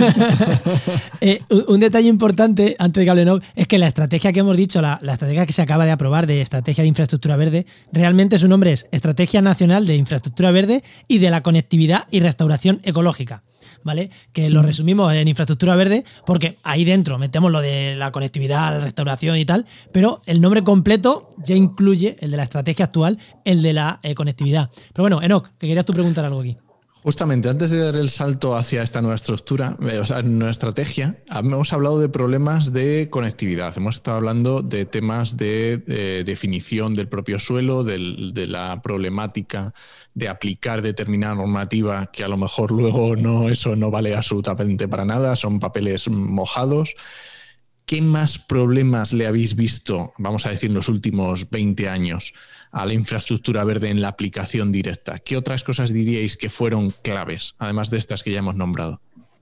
[SPEAKER 3] eh, un, un detalle importante, antes de que hable Enoch, es que la estrategia que hemos dicho, la, la estrategia que se acaba de aprobar de Estrategia de Infraestructura Verde, realmente su nombre es Estrategia Nacional de Infraestructura Verde y de la Conectividad y Restauración Ecológica. ¿Vale? Que lo resumimos en infraestructura verde porque ahí dentro metemos lo de la conectividad, la restauración y tal, pero el nombre completo ya incluye el de la estrategia actual, el de la eh, conectividad. Pero bueno, Enoch, que querías tú preguntar algo aquí.
[SPEAKER 1] Justamente, antes de dar el salto hacia esta nueva estructura, eh, o sea, nueva estrategia, hemos hablado de problemas de conectividad, hemos estado hablando de temas de eh, definición del propio suelo, del, de la problemática de aplicar determinada normativa que a lo mejor luego no, eso no vale absolutamente para nada, son papeles mojados. ¿Qué más problemas le habéis visto, vamos a decir, en los últimos veinte años a la infraestructura verde en la aplicación directa? ¿Qué otras cosas diríais que fueron claves, además de estas que ya hemos nombrado?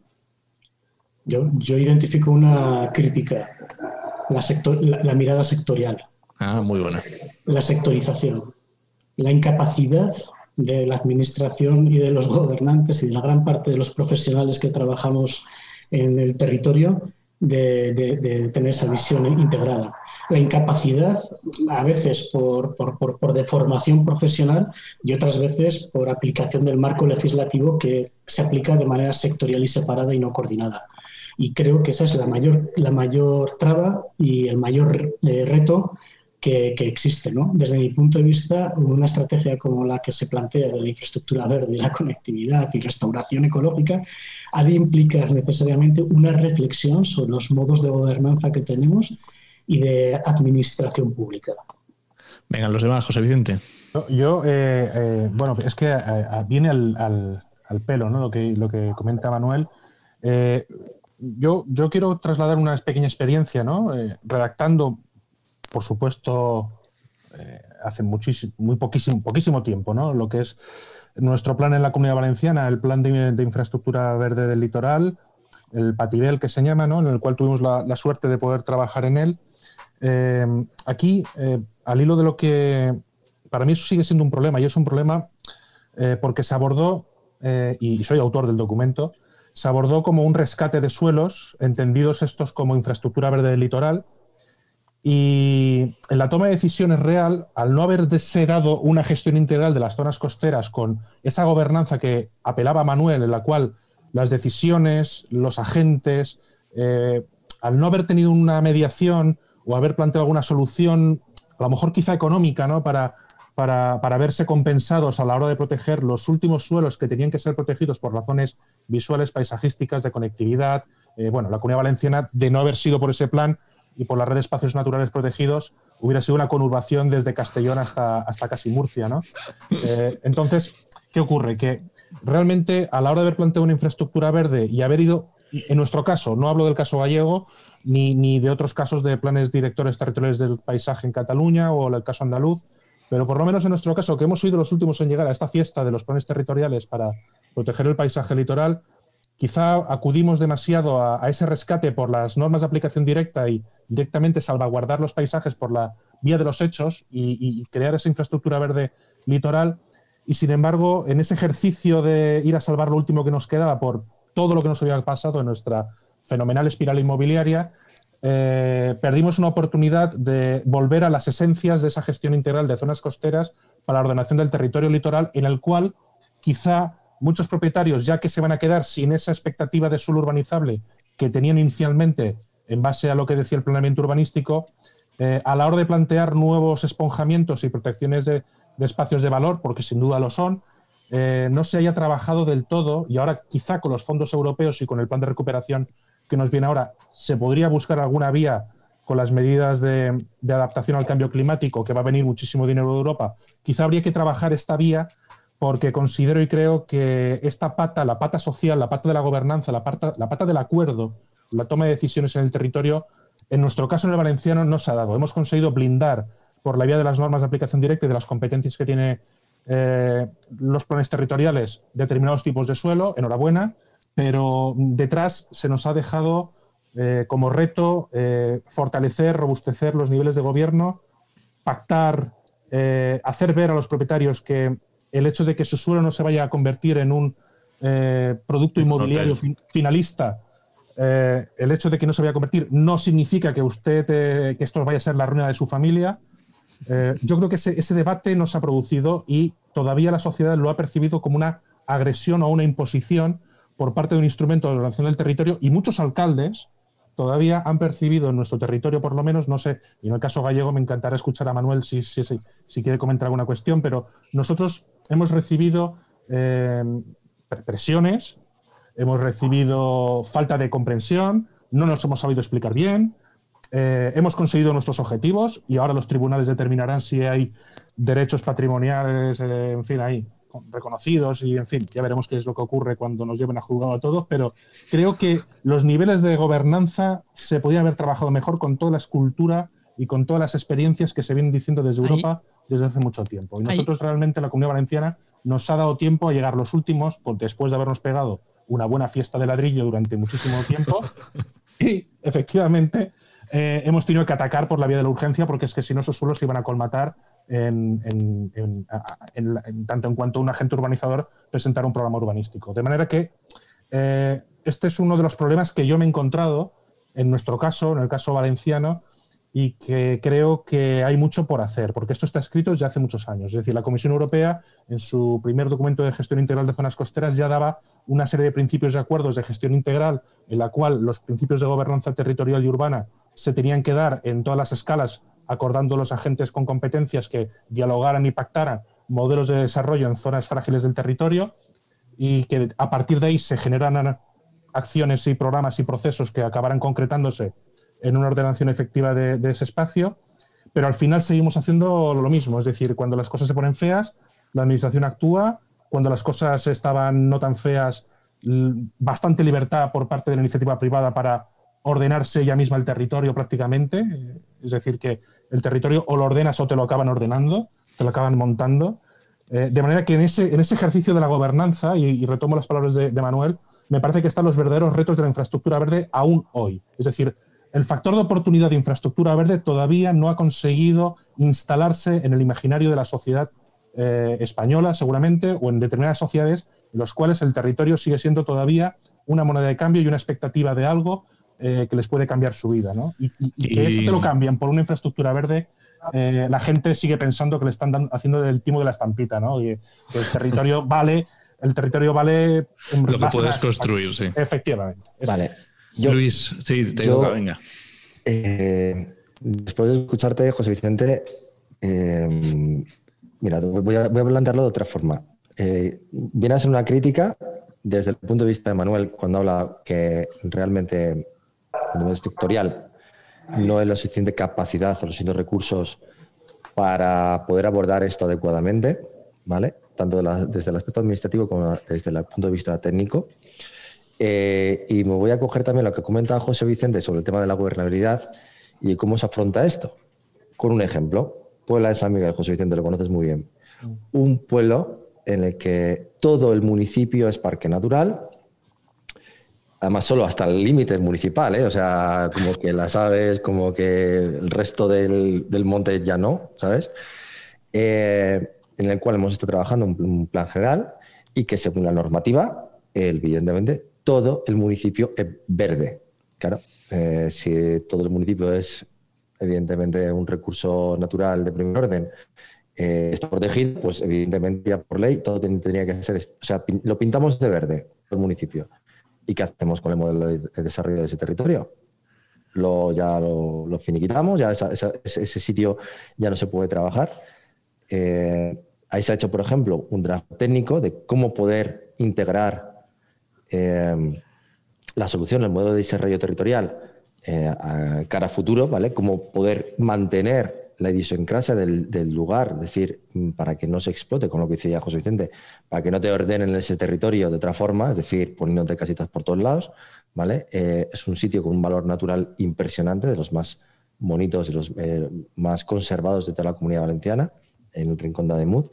[SPEAKER 6] Yo, yo identifico una crítica, la, sector, la, la mirada sectorial.
[SPEAKER 1] Ah, muy buena.
[SPEAKER 6] La sectorización, la incapacidad de la administración y de los gobernantes y de la gran parte de los profesionales que trabajamos en el territorio de, de, de tener esa visión integrada. La incapacidad, a veces por, por, por, por deformación profesional y otras veces por aplicación del marco legislativo que se aplica de manera sectorial y separada y no coordinada. Y creo que esa es la mayor, la mayor traba y el mayor eh, reto que, que existe, ¿no? Desde mi punto de vista, una estrategia como la que se plantea de la infraestructura verde, la conectividad y restauración ecológica ha de implicar necesariamente una reflexión sobre los modos de gobernanza que tenemos y de administración pública.
[SPEAKER 1] Venga, los demás, José Vicente.
[SPEAKER 4] Yo, eh, eh, bueno, es que eh, viene al, al, al pelo, ¿no? Lo que, lo que comenta Manuel. Eh, yo, yo quiero trasladar una pequeña experiencia, ¿no? Eh, redactando, por supuesto, eh, hace muchísimo, muy poquísimo, poquísimo tiempo, ¿no? Lo que es nuestro plan en la Comunidad Valenciana, el plan de, de infraestructura verde del litoral, el Patibel que se llama, ¿no? En el cual tuvimos la, la suerte de poder trabajar en él. Eh, aquí, eh, al hilo de lo que para mí eso sigue siendo un problema, y es un problema eh, porque se abordó, eh, y soy autor del documento, se abordó como un rescate de suelos, entendidos estos como infraestructura verde del litoral, y en la toma de decisiones real, al no haberse dado una gestión integral de las zonas costeras con esa gobernanza que apelaba Manuel, en la cual las decisiones, los agentes, eh, al no haber tenido una mediación o haber planteado alguna solución, a lo mejor quizá económica, ¿no? para, para, para verse compensados a la hora de proteger los últimos suelos que tenían que ser protegidos por razones visuales, paisajísticas, de conectividad. Eh, bueno, la Comunidad Valenciana, de no haber sido por ese plan y por la red de espacios naturales protegidos, hubiera sido una conurbación desde Castellón hasta, hasta casi Murcia, ¿no? Eh, entonces, ¿qué ocurre? Que realmente a la hora de haber planteado una infraestructura verde y haber ido, en nuestro caso, no hablo del caso gallego, Ni, ni de otros casos de planes directores territoriales del paisaje en Cataluña o el caso andaluz, pero por lo menos en nuestro caso, que hemos sido los últimos en llegar a esta fiesta de los planes territoriales para proteger el paisaje litoral, quizá acudimos demasiado a, a ese rescate por las normas de aplicación directa y directamente salvaguardar los paisajes por la vía de los hechos y, y crear esa infraestructura verde litoral, y sin embargo, en ese ejercicio de ir a salvar lo último que nos quedaba por todo lo que nos había pasado en nuestra fenomenal espiral inmobiliaria, eh, perdimos una oportunidad de volver a las esencias de esa gestión integral de zonas costeras para la ordenación del territorio litoral, en el cual quizá muchos propietarios, ya que se van a quedar sin esa expectativa de suelo urbanizable que tenían inicialmente en base a lo que decía el planeamiento urbanístico, eh, a la hora de plantear nuevos esponjamientos y protecciones de, de espacios de valor, porque sin duda lo son, eh, no se haya trabajado del todo, y ahora quizá con los fondos europeos y con el plan de recuperación que nos viene ahora, se podría buscar alguna vía con las medidas de, de adaptación al cambio climático, que va a venir muchísimo dinero de Europa. Quizá habría que trabajar esta vía, porque considero y creo que esta pata, la pata social, la pata de la gobernanza, la pata, la pata del acuerdo, la toma de decisiones en el territorio, en nuestro caso en el valenciano no se ha dado. Hemos conseguido blindar por la vía de las normas de aplicación directa y de las competencias que tiene eh, los planes territoriales determinados tipos de suelo, enhorabuena, pero detrás se nos ha dejado eh, como reto eh, fortalecer, robustecer los niveles de gobierno, pactar, eh, hacer ver a los propietarios que el hecho de que su suelo no se vaya a convertir en un eh, producto inmobiliario fin, finalista, eh, el hecho de que no se vaya a convertir no significa que usted eh, que esto vaya a ser la ruina de su familia. Eh, yo creo que ese, ese debate no se ha producido y todavía la sociedad lo ha percibido como una agresión o una imposición por parte de un instrumento de ordenación del territorio, y muchos alcaldes todavía han percibido en nuestro territorio, por lo menos, no sé, y en el caso gallego me encantará escuchar a Manuel si, si, si, si quiere comentar alguna cuestión, pero nosotros hemos recibido eh, presiones, hemos recibido falta de comprensión, no nos hemos sabido explicar bien, eh, hemos conseguido nuestros objetivos y ahora los tribunales determinarán si hay derechos patrimoniales, eh, en fin, ahí reconocidos y, en fin, ya veremos qué es lo que ocurre cuando nos lleven a juzgado a todos, pero creo que los niveles de gobernanza se podían haber trabajado mejor con toda la escultura y con todas las experiencias que se vienen diciendo desde Europa ahí, desde hace mucho tiempo. Y nosotros ahí, realmente, la Comunidad Valenciana, nos ha dado tiempo a llegar los últimos, pues, después de habernos pegado una buena fiesta de ladrillo durante muchísimo tiempo, y efectivamente eh, hemos tenido que atacar por la vía de la urgencia, porque es que si no esos suelos se iban a colmatar En, en, en, en, en tanto en cuanto un agente urbanizador presentara un programa urbanístico. De manera que eh, este es uno de los problemas que yo me he encontrado en nuestro caso, en el caso valenciano, y que creo que hay mucho por hacer, porque esto está escrito desde hace muchos años. Es decir, la Comisión Europea, en su primer documento de gestión integral de zonas costeras, ya daba una serie de principios y acuerdos de gestión integral, en la cual los principios de gobernanza territorial y urbana se tenían que dar en todas las escalas, acordando los agentes con competencias que dialogaran y pactaran modelos de desarrollo en zonas frágiles del territorio, y que a partir de ahí se generaran acciones y programas y procesos que acabaran concretándose en una ordenación efectiva de, de ese espacio. Pero al final seguimos haciendo lo mismo, es decir, cuando las cosas se ponen feas, la administración actúa, cuando las cosas estaban no tan feas, bastante libertad por parte de la iniciativa privada para ordenarse ella misma el territorio prácticamente, es decir, que el territorio o lo ordenas o te lo acaban ordenando, te lo acaban montando, eh, de manera que en ese, en ese ejercicio de la gobernanza, y, y retomo las palabras de, de Manuel, me parece que están los verdaderos retos de la infraestructura verde aún hoy. Es decir, el factor de oportunidad de infraestructura verde todavía no ha conseguido instalarse en el imaginario de la sociedad eh, española, seguramente, o en determinadas sociedades en las cuales el territorio sigue siendo todavía una moneda de cambio y una expectativa de algo Eh, que les puede cambiar su vida, ¿no? Y, y, y que eso te lo cambian por una infraestructura verde, eh, la gente sigue pensando que le están dando, haciendo el timo de la estampita, ¿no? Y que el territorio vale, el territorio vale
[SPEAKER 1] en lo que puedes construir, sí.
[SPEAKER 4] Efectivamente.
[SPEAKER 5] Vale.
[SPEAKER 1] Yo, Luis, sí, te digo que venga.
[SPEAKER 5] Eh, después de escucharte, José Vicente, eh, mira, voy a, voy a plantearlo de otra forma. Eh, viene a ser una crítica desde el punto de vista de Manuel, cuando habla que realmente a nivel sectorial no hay la suficiente capacidad o los suficientes recursos para poder abordar esto adecuadamente, ¿vale? Tanto de la, desde el aspecto administrativo como desde el punto de vista técnico. Eh, y me voy a coger también lo que comenta José Vicente sobre el tema de la gobernabilidad y cómo se afronta esto. Con un ejemplo, Puebla de San Miguel, José Vicente, lo conoces muy bien. Un pueblo en el que todo el municipio es parque natural, además solo hasta el límite municipal, ¿eh? O sea, como que las aves, como que el resto del, del monte ya no, ¿sabes? Eh, en el cual hemos estado trabajando un, un plan general y que según la normativa, evidentemente, todo el municipio es verde, claro, eh, si todo el municipio es evidentemente un recurso natural de primer orden, eh, está protegido, pues evidentemente ya por ley todo tendría que ser, o sea, lo pintamos de verde el municipio. ¿Y qué hacemos con el modelo de desarrollo de ese territorio? Lo, ya lo, lo finiquitamos, ya esa, esa, ese sitio ya no se puede trabajar. Eh, ahí se ha hecho, por ejemplo, un draft técnico de cómo poder integrar eh, la solución, el modelo de desarrollo territorial eh, a cara a futuro, ¿vale? Cómo poder mantener la idiosincrasia del, del lugar, es decir, para que no se explote, con lo que decía José Vicente, para que no te ordenen ese territorio de otra forma, es decir, poniéndote casitas por todos lados, ¿vale? Eh, es un sitio con un valor natural impresionante, de los más bonitos y los eh, más conservados de toda la Comunidad Valenciana, en el Rincón de Ademuz.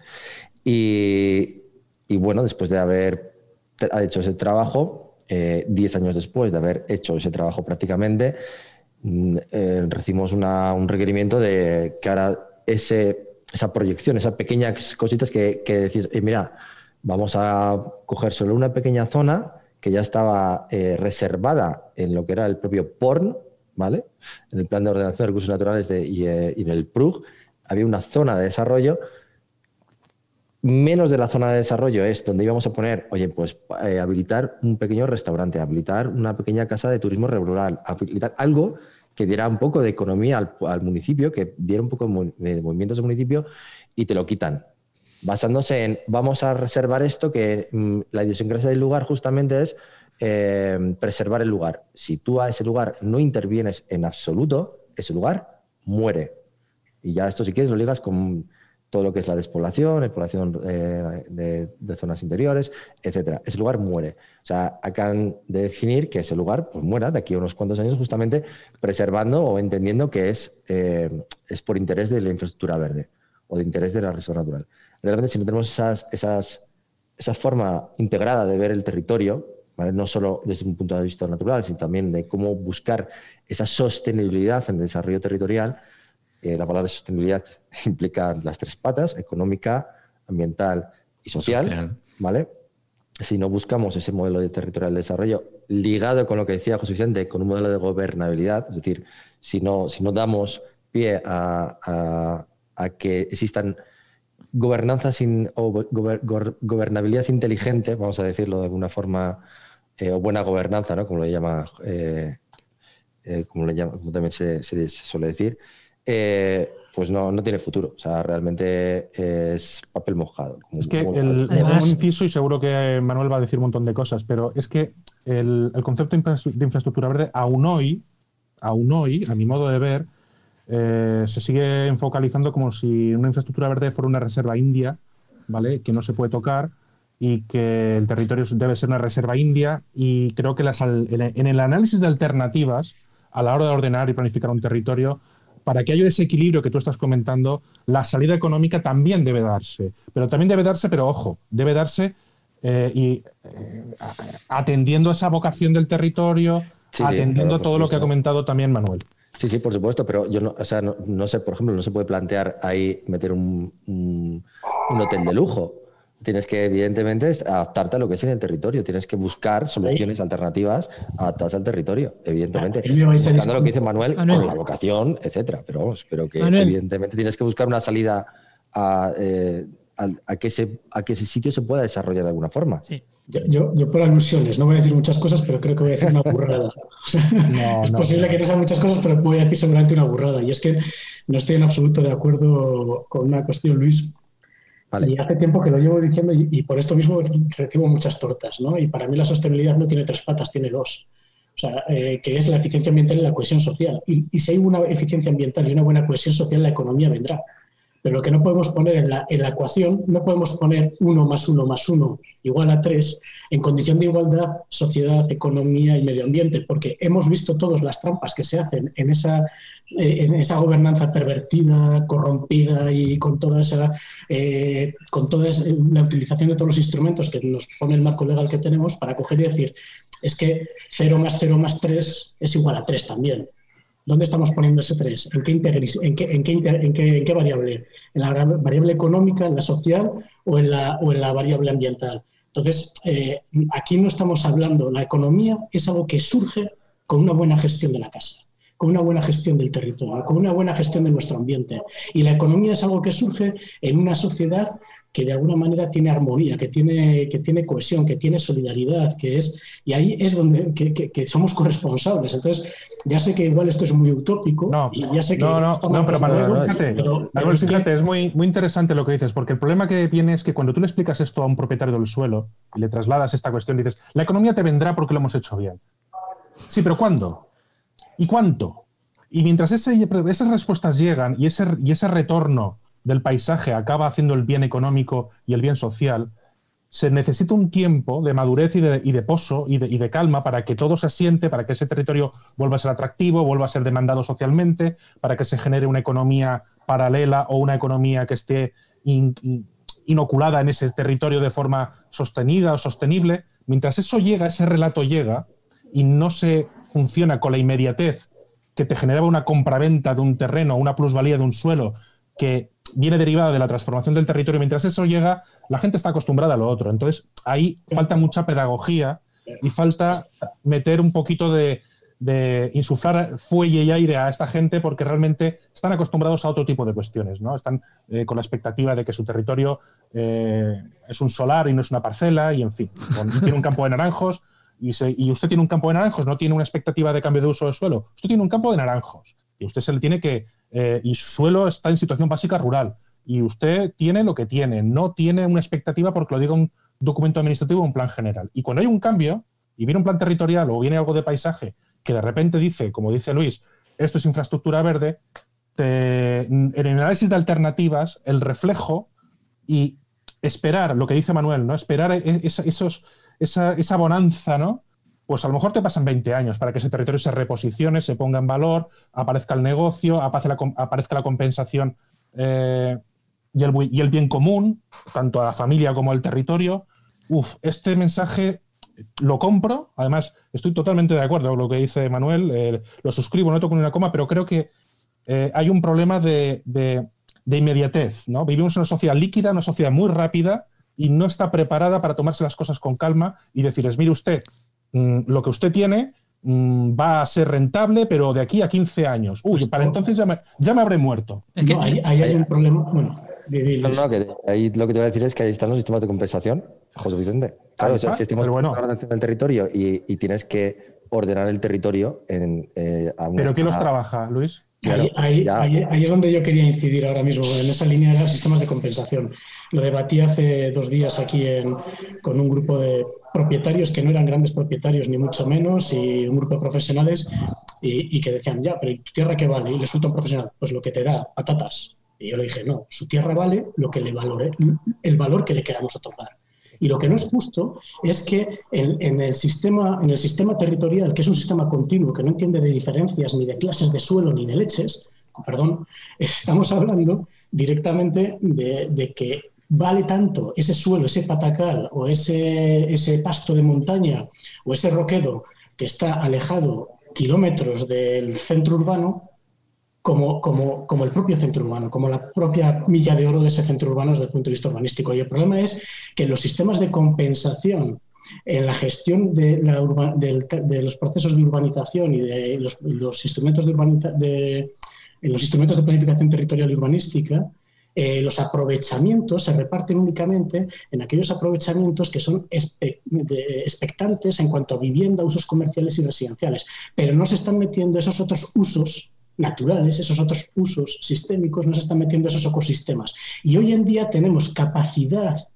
[SPEAKER 5] Y, y bueno, después de haber hecho ese trabajo, eh, diez años después de haber hecho ese trabajo prácticamente, Eh, recibimos una, un requerimiento de que ahora ese, esa proyección, esas pequeñas cositas que, que decís, eh, mira, vamos a coger solo una pequeña zona que ya estaba eh, reservada en lo que era el propio P O R N, ¿vale? En el Plan de Ordenación de Recursos Naturales de, y, eh, y en el P R U G había una zona de desarrollo. Menos de la zona de desarrollo es donde íbamos a poner, oye, pues eh, habilitar un pequeño restaurante, habilitar una pequeña casa de turismo rural, habilitar algo que diera un poco de economía al, al municipio, que diera un poco de movimientos del municipio, y te lo quitan. Basándose en, vamos a reservar esto, que mmm, la idiosincrasia del lugar justamente es eh, preservar el lugar. Si tú a ese lugar no intervienes en absoluto, ese lugar muere. Y ya esto, si quieres, lo ligas con todo lo que es la despoblación, explotación eh, de, de zonas interiores, etcétera. Ese lugar muere. O sea, acaban de definir que ese lugar pues, muera de aquí a unos cuantos años, justamente preservando o entendiendo que es, eh, es por interés de la infraestructura verde o de interés de la reserva natural. Realmente, si no tenemos esas, esas, esa forma integrada de ver el territorio, ¿vale? No solo desde un punto de vista natural, sino también de cómo buscar esa sostenibilidad en el desarrollo territorial. Eh, la palabra sostenibilidad implica las tres patas: económica, ambiental y social, social. ¿Vale? Si no buscamos ese modelo de territorial de desarrollo ligado con lo que decía José Vicente, con un modelo de gobernabilidad, es decir, si no, si no damos pie a, a, a que existan gobernanzas in, o gober, go, gobernabilidad inteligente, vamos a decirlo de alguna forma, eh, o buena gobernanza, ¿no? Como le llama, eh, eh, como le llama, como también se, se, se suele decir. Eh, pues no, no tiene futuro. O sea, realmente es papel mojado. Como,
[SPEAKER 4] es que
[SPEAKER 5] como
[SPEAKER 4] el,
[SPEAKER 3] Además,
[SPEAKER 4] un inciso, y seguro que Manuel va a decir un montón de cosas, pero es que el, el concepto de infraestructura verde aún hoy, aún hoy, a mi modo de ver, eh, se sigue focalizando como si una infraestructura verde fuera una reserva india, ¿vale? Que no se puede tocar y que el territorio debe ser una reserva india, y creo que las, en el análisis de alternativas a la hora de ordenar y planificar un territorio, para que haya ese equilibrio que tú estás comentando, la salida económica también debe darse. Pero también debe darse, pero ojo, debe darse eh, y eh, atendiendo a esa vocación del territorio, sí, atendiendo sí, claro, todo lo que ha comentado también Manuel.
[SPEAKER 5] Sí, sí, por supuesto, pero yo no, o sea, no, no sé, por ejemplo, no se puede plantear ahí meter un, un, un hotel de lujo. Tienes que, evidentemente, adaptarte a lo que es en el territorio. Tienes que buscar soluciones alternativas adaptadas al territorio, evidentemente. Buscando lo que dice Manuel, Manuel, con la vocación, etcétera. Pero vamos, pero que Manuel. evidentemente tienes que buscar una salida a, eh, a, a, que ese, a que ese sitio se pueda desarrollar de alguna forma.
[SPEAKER 3] Sí.
[SPEAKER 6] Yo, yo, yo por alusiones, no voy a decir muchas cosas, pero creo que voy a decir una burrada. O sea, no, es no, posible no. que no sean muchas cosas, pero voy a decir seguramente una burrada. Y es que no estoy en absoluto de acuerdo con una cuestión, Luis. Vale. Y hace tiempo que lo llevo diciendo, y, y por esto mismo recibo muchas tortas, ¿no? Y para mí la sostenibilidad no tiene tres patas, tiene dos. O sea, eh, que es la eficiencia ambiental y la cohesión social. Y, y si hay una eficiencia ambiental y una buena cohesión social, la economía vendrá. Pero lo que no podemos poner en la, en la ecuación, no podemos poner uno más uno más uno igual a tres en condición de igualdad, sociedad, economía y medio ambiente, porque hemos visto todas las trampas que se hacen en esa, eh, en esa gobernanza pervertida, corrompida y con toda esa, eh, con toda esa, la utilización de todos los instrumentos que nos pone el marco legal que tenemos para coger y decir, es que cero más cero más tres es igual a tres también. ¿Dónde estamos poniendo ese tres? ¿En qué, integris, en, qué, en, qué inter, en, qué, ¿En qué variable? ¿En la variable económica, en la social o en la, o en la variable ambiental? Entonces, eh, aquí no estamos hablando, la economía es algo que surge con una buena gestión de la casa, con una buena gestión del territorio, con una buena gestión de nuestro ambiente. Y la economía es algo que surge en una sociedad que de alguna manera tiene armonía, que tiene, que tiene cohesión, que tiene solidaridad, que es, y ahí es donde que, que, que somos corresponsables. Entonces, ya sé que igual esto es muy utópico.
[SPEAKER 4] No,
[SPEAKER 6] y ya sé que
[SPEAKER 4] no, no, no pero Manuel, fíjate,
[SPEAKER 6] pero,
[SPEAKER 4] Manuel,
[SPEAKER 6] es,
[SPEAKER 4] fíjate
[SPEAKER 6] que...
[SPEAKER 4] es muy, muy interesante lo que dices, porque el problema que viene es que cuando tú le explicas esto a un propietario del suelo y le trasladas esta cuestión, dices, la economía te vendrá porque lo hemos hecho bien. Sí, pero ¿cuándo? ¿Y cuánto? Y mientras ese, esas respuestas llegan y ese, y ese retorno del paisaje acaba haciendo el bien económico y el bien social, se necesita un tiempo de madurez y de, y de poso y de, y de calma para que todo se asiente, para que ese territorio vuelva a ser atractivo, vuelva a ser demandado socialmente, para que se genere una economía paralela o una economía que esté in, in, inoculada en ese territorio de forma sostenida o sostenible. Mientras eso llega, ese relato llega y no se funciona con la inmediatez que te generaba una compraventa de un terreno, una plusvalía de un suelo que viene derivada de la transformación del territorio, mientras eso llega, la gente está acostumbrada a lo otro. Entonces, ahí falta mucha pedagogía y falta meter un poquito de, de insuflar fuelle y aire a esta gente porque realmente están acostumbrados a otro tipo de cuestiones, ¿no? Están eh, con la expectativa de que su territorio eh, es un solar y no es una parcela y, en fin, con, tiene un campo de naranjos y, se, y usted tiene un campo de naranjos, no tiene una expectativa de cambio de uso del suelo. Usted tiene un campo de naranjos y usted se le tiene que... Eh, y su suelo está en situación básica rural y usted tiene lo que tiene, no tiene una expectativa porque lo diga un documento administrativo o un plan general. Y cuando hay un cambio y viene un plan territorial o viene algo de paisaje que de repente dice, como dice Luis, esto es infraestructura verde, te, en el análisis de alternativas, el reflejo y esperar, lo que dice Manuel, ¿no? Esperar esa, esos, esa, esa bonanza, ¿no? Pues a lo mejor te pasan veinte años para que ese territorio se reposicione, se ponga en valor, aparezca el negocio, aparezca la, aparezca la compensación eh, y, el, y el bien común, tanto a la familia como al territorio. Uf, este mensaje lo compro, además estoy totalmente de acuerdo con lo que dice Manuel, eh, lo suscribo, no toco ni una coma, pero creo que eh, hay un problema de, de, de inmediatez, ¿no? Vivimos en una sociedad líquida, una sociedad muy rápida y no está preparada para tomarse las cosas con calma y decirles, mire usted, lo que usted tiene mmm, va a ser rentable, pero de aquí a quince años. Uy, pues para no. entonces ya me, ya me habré muerto.
[SPEAKER 6] Es que no, ahí, ahí hay un problema. Bueno,
[SPEAKER 5] no, no, que ahí lo que te voy a decir es que ahí están los sistemas de compensación, José Vicente. Claro, o sea, si estamos
[SPEAKER 4] bueno.
[SPEAKER 5] en la ordenación del territorio y, y tienes que ordenar el territorio en... Eh, a una
[SPEAKER 4] ¿Pero quién los
[SPEAKER 5] a...
[SPEAKER 4] trabaja, Luis?
[SPEAKER 6] Claro, ahí, ahí, ahí, ahí es donde yo quería incidir ahora mismo, en esa línea de los sistemas de compensación. Lo debatí hace dos días aquí en, con un grupo de propietarios que no eran grandes propietarios, ni mucho menos, y un grupo de profesionales, y, y que decían, ya, pero ¿tu tierra qué vale? Y le resulta un profesional, pues lo que te da, patatas. Y yo le dije, no, su tierra vale lo que le valore, el valor que le queramos otorgar. Y lo que no es justo es que en, en, el sistema, en el sistema territorial, que es un sistema continuo, que no entiende de diferencias ni de clases de suelo ni de leches, perdón, estamos hablando directamente de, de que vale tanto ese suelo, ese patacal o ese, ese pasto de montaña o ese roquedo que está alejado kilómetros del centro urbano como, como, como el propio centro urbano, como la propia milla de oro de ese centro urbano desde el punto de vista urbanístico. Y el problema es que los sistemas de compensación en la gestión de, la urba, de, de los procesos de urbanización y de los, los, instrumentos, de urbaniza, de, los instrumentos de planificación territorial y urbanística, eh, los aprovechamientos se reparten únicamente en aquellos aprovechamientos que son espe, de, expectantes en cuanto a vivienda, usos comerciales y residenciales, pero no se están metiendo esos otros usos naturales, esos otros usos sistémicos, no se están metiendo esos ecosistemas. Y hoy en día tenemos capacidad,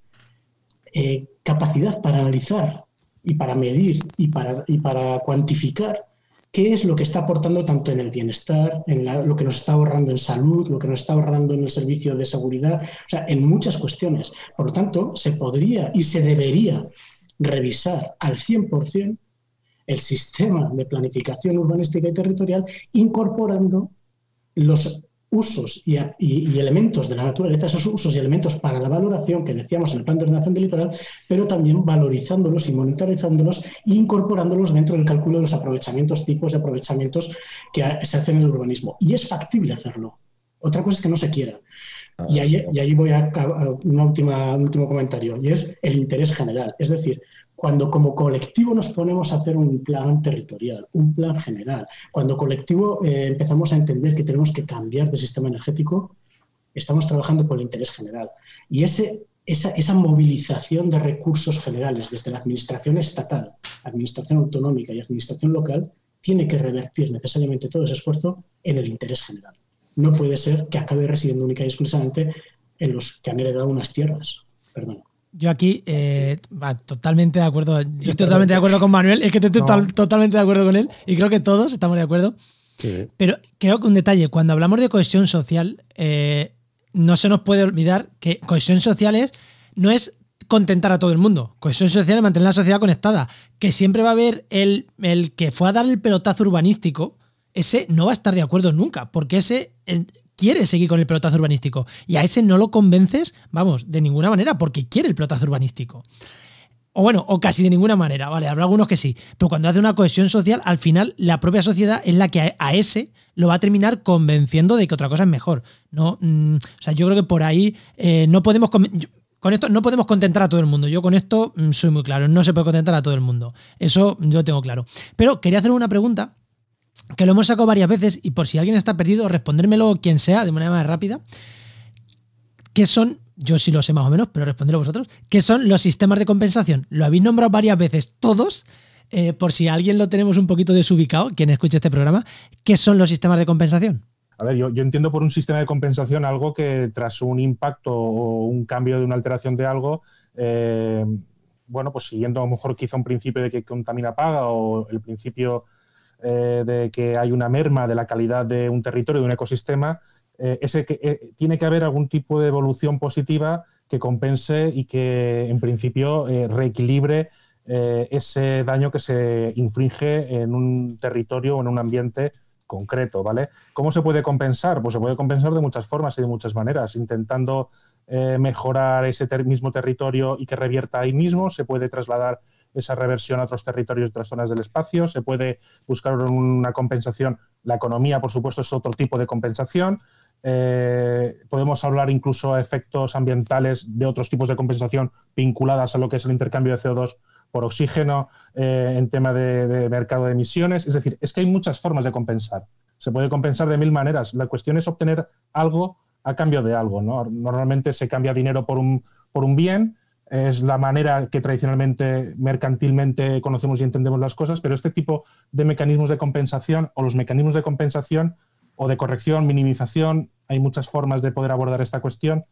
[SPEAKER 6] eh, capacidad para analizar y para medir y para, y para cuantificar qué es lo que está aportando tanto en el bienestar, en la, lo que nos está ahorrando en salud, lo que nos está ahorrando en el servicio de seguridad, o sea, en muchas cuestiones. Por lo tanto, se podría y se debería revisar al cien por ciento el sistema de planificación urbanística y territorial, incorporando los usos y, y, y elementos de la naturaleza, esos usos y elementos para la valoración que decíamos en el plan de ordenación del litoral, pero también valorizándolos y monitorizándolos e incorporándolos dentro del cálculo de los aprovechamientos, tipos de aprovechamientos que se hacen en el urbanismo. Y es factible hacerlo. Otra cosa es que no se quiera. Y ahí, y ahí voy a, a una última, un último comentario, y es el interés general. Es decir, cuando como colectivo nos ponemos a hacer un plan territorial, un plan general, cuando colectivo eh, empezamos a entender que tenemos que cambiar de sistema energético, estamos trabajando por el interés general. Y ese, esa, esa movilización de recursos generales desde la administración estatal, administración autonómica y administración local tiene que revertir necesariamente todo ese esfuerzo en el interés general. No puede ser que acabe residiendo única y exclusivamente en los que han heredado unas tierras. Perdón.
[SPEAKER 3] Yo aquí, eh, va, totalmente de acuerdo. Yo estoy totalmente de acuerdo con Manuel. Es que estoy no. totalmente de acuerdo con él. Y creo que todos estamos de acuerdo. Sí. Pero creo que un detalle, cuando hablamos de cohesión social, eh, no se nos puede olvidar que cohesión social es, no es contentar a todo el mundo. Cohesión social es mantener la sociedad conectada. Que siempre va a haber el, el que fue a dar el pelotazo urbanístico, ese no va a estar de acuerdo nunca, porque ese el, quiere seguir con el pelotazo urbanístico. Y a ese no lo convences, vamos, de ninguna manera, porque quiere el pelotazo urbanístico. O bueno, o casi de ninguna manera, vale, habrá algunos que sí. Pero cuando hace una cohesión social, al final la propia sociedad es la que a, a ese lo va a terminar convenciendo de que otra cosa es mejor. No, mm, o sea, yo creo que por ahí eh, no podemos... Yo, Con esto no podemos contentar a todo el mundo. Yo con esto soy muy claro. No se puede contentar a todo el mundo. Eso yo lo tengo claro. Pero quería hacer una pregunta que lo hemos sacado varias veces y por si alguien está perdido, respondérmelo quien sea de manera más rápida. ¿Qué son? Yo sí lo sé más o menos, pero respondedlo vosotros. ¿Qué son los sistemas de compensación? Lo habéis nombrado varias veces todos. Eh, por si alguien lo tenemos un poquito desubicado, quien escuche este programa. ¿Qué son los sistemas de compensación?
[SPEAKER 4] A ver, yo, yo entiendo por un sistema de compensación algo que tras un impacto o un cambio de una alteración de algo, eh, bueno, pues siguiendo a lo mejor quizá un principio de que contamina paga o el principio eh, de que hay una merma de la calidad de un territorio, de un ecosistema, eh, ese que, eh, tiene que haber algún tipo de evolución positiva que compense y que en principio eh, reequilibre eh, ese daño que se infringe en un territorio o en un ambiente concreto, ¿vale? ¿Cómo se puede compensar? Pues se puede compensar de muchas formas y de muchas maneras, intentando eh, mejorar ese ter- mismo territorio y que revierta ahí mismo, se puede trasladar esa reversión a otros territorios y otras zonas del espacio, se puede buscar una compensación, la economía, por supuesto, es otro tipo de compensación, eh, podemos hablar incluso a efectos ambientales de otros tipos de compensación vinculadas a lo que es el intercambio de C O dos por oxígeno, eh, en tema de, de mercado de emisiones. Es decir, es que hay muchas formas de compensar. Se puede compensar de mil maneras. La cuestión es obtener algo a cambio de algo, ¿no? Normalmente se cambia dinero por un, por un bien, es la manera que tradicionalmente, mercantilmente conocemos y entendemos las cosas, pero este tipo de mecanismos de compensación o los mecanismos de compensación o de corrección, minimización, hay muchas formas de poder abordar esta cuestión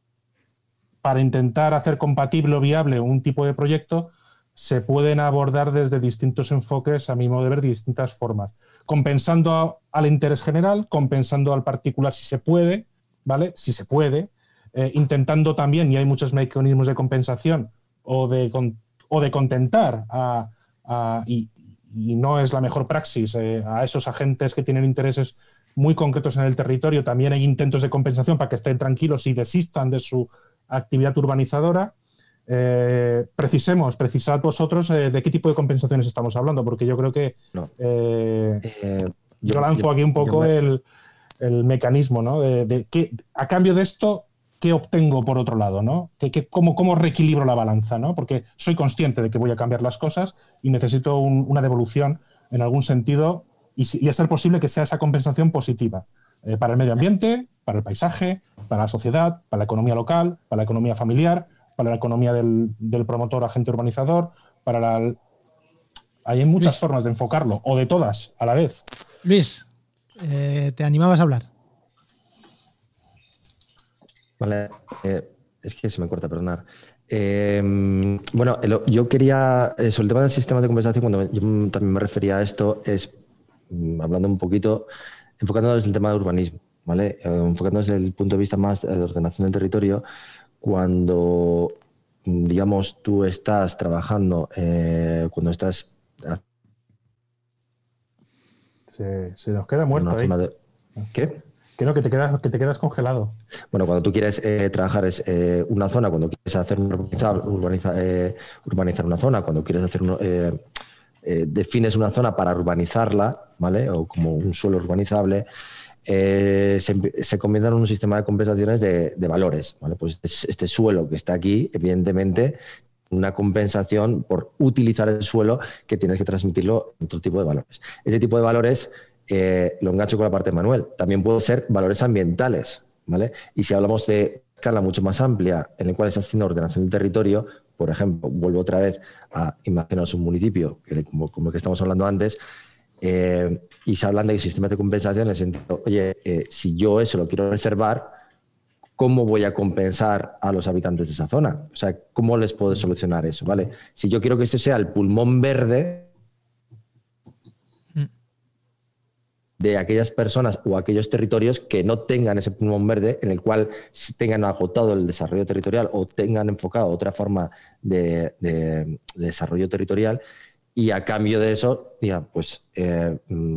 [SPEAKER 4] para intentar hacer compatible o viable un tipo de proyecto. Se pueden abordar desde distintos enfoques, a mi modo de ver, de distintas formas. Compensando a, al interés general, compensando al particular si se puede, ¿vale? Si se puede. Eh, intentando también, y hay muchos mecanismos de compensación o de, con, o de contentar, a, a, y, y no es la mejor praxis, eh, a esos agentes que tienen intereses muy concretos en el territorio. También hay intentos de compensación para que estén tranquilos y desistan de su actividad urbanizadora. Eh, precisemos, precisad vosotros eh, de qué tipo de compensaciones estamos hablando, porque yo creo que no. eh, eh, yo, yo lanzo yo, aquí un poco me... el, el mecanismo, ¿no? De, de que, a cambio de esto, ¿qué obtengo por otro lado, ¿no? ¿Qué, qué, cómo, ¿Cómo reequilibro la balanza, ¿no? Porque soy consciente de que voy a cambiar las cosas y necesito un, una devolución en algún sentido y, y a ser posible que sea esa compensación positiva eh, para el medio ambiente, para el paisaje, para la sociedad, para la economía local, para la economía familiar, para la economía del, del promotor, agente urbanizador, para la... Hay muchas Luis. formas de enfocarlo, o de todas, a la vez.
[SPEAKER 3] Luis, eh, ¿te animabas a hablar?
[SPEAKER 5] Vale, eh, es que se me corta, perdonad. Eh, bueno, el, yo quería, eh, sobre el tema del sistema de compensación, cuando yo también me refería a esto, es hablando un poquito, enfocándonos desde el tema de urbanismo, ¿vale? Eh, enfocándonos desde el punto de vista más de ordenación del territorio. Cuando, digamos, tú estás trabajando, eh, cuando estás...
[SPEAKER 4] Se, se nos queda muerto ahí.
[SPEAKER 5] De... ¿Qué?
[SPEAKER 4] Creo que te quedas, que te quedas congelado.
[SPEAKER 5] Bueno, cuando tú quieres eh, trabajar es eh, una zona, cuando quieres hacer urbanizar, urbaniza, eh, urbanizar una zona, cuando quieres hacer un, eh, eh, defines una zona para urbanizarla, ¿vale? O como un suelo urbanizable. eh, se, se comienza en un sistema de compensaciones de, de valores, ¿vale? Pues este, este suelo que está aquí, evidentemente, una compensación por utilizar el suelo que tienes que transmitirlo en otro tipo de valores. Ese tipo de valores, eh, lo engancho con la parte de Manuel, también pueden ser valores ambientales, ¿vale? Y si hablamos de escala mucho más amplia en el cual estás haciendo ordenación del territorio, por ejemplo, vuelvo otra vez a imaginaros un municipio, que, como, como el que estamos hablando antes, eh, y se hablan de sistemas de compensación en el sentido, oye, eh, si yo eso lo quiero reservar, ¿cómo voy a compensar a los habitantes de esa zona? O sea, ¿cómo les puedo solucionar eso? ¿Vale? Si yo quiero que ese sea el pulmón verde de aquellas personas o aquellos territorios que no tengan ese pulmón verde, en el cual tengan agotado el desarrollo territorial o tengan enfocado otra forma de, de, de desarrollo territorial, y a cambio de eso, ya, pues eh,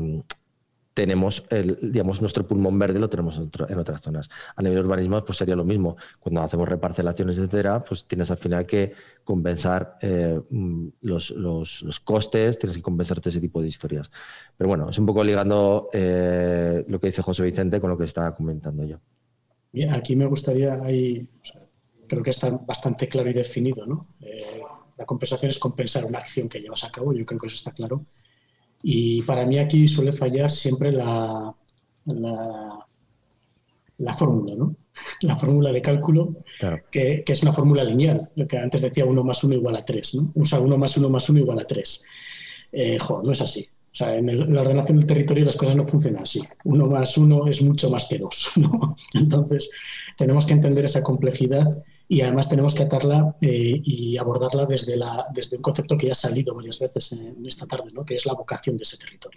[SPEAKER 5] tenemos el, digamos, nuestro pulmón verde lo tenemos en, otro, en otras zonas. A nivel de urbanismo, pues sería lo mismo. Cuando hacemos reparcelaciones, etcétera, pues tienes al final que compensar eh, los, los, los costes, tienes que compensar todo ese tipo de historias. Pero bueno, es un poco ligando eh, lo que dice José Vicente con lo que estaba comentando yo.
[SPEAKER 6] Bien, aquí me gustaría, hay, o sea, creo que está bastante claro y definido, ¿no? Eh, la compensación es compensar una acción que llevas a cabo, yo creo que eso está claro. Y para mí aquí suele fallar siempre la, la, la fórmula, ¿no? La fórmula de cálculo, claro. que, que es una fórmula lineal, lo que antes decía uno más uno igual a tres, ¿no? Usa uno más uno más uno igual a tres. Eh, jo, no es así. O sea, en el, la ordenación del territorio las cosas no funcionan así. Uno más uno es mucho más que dos, ¿no? Entonces, tenemos que entender esa complejidad y además tenemos que atarla eh, y abordarla desde, la, desde un concepto que ya ha salido varias veces en esta tarde, ¿no? Que es la vocación de ese territorio.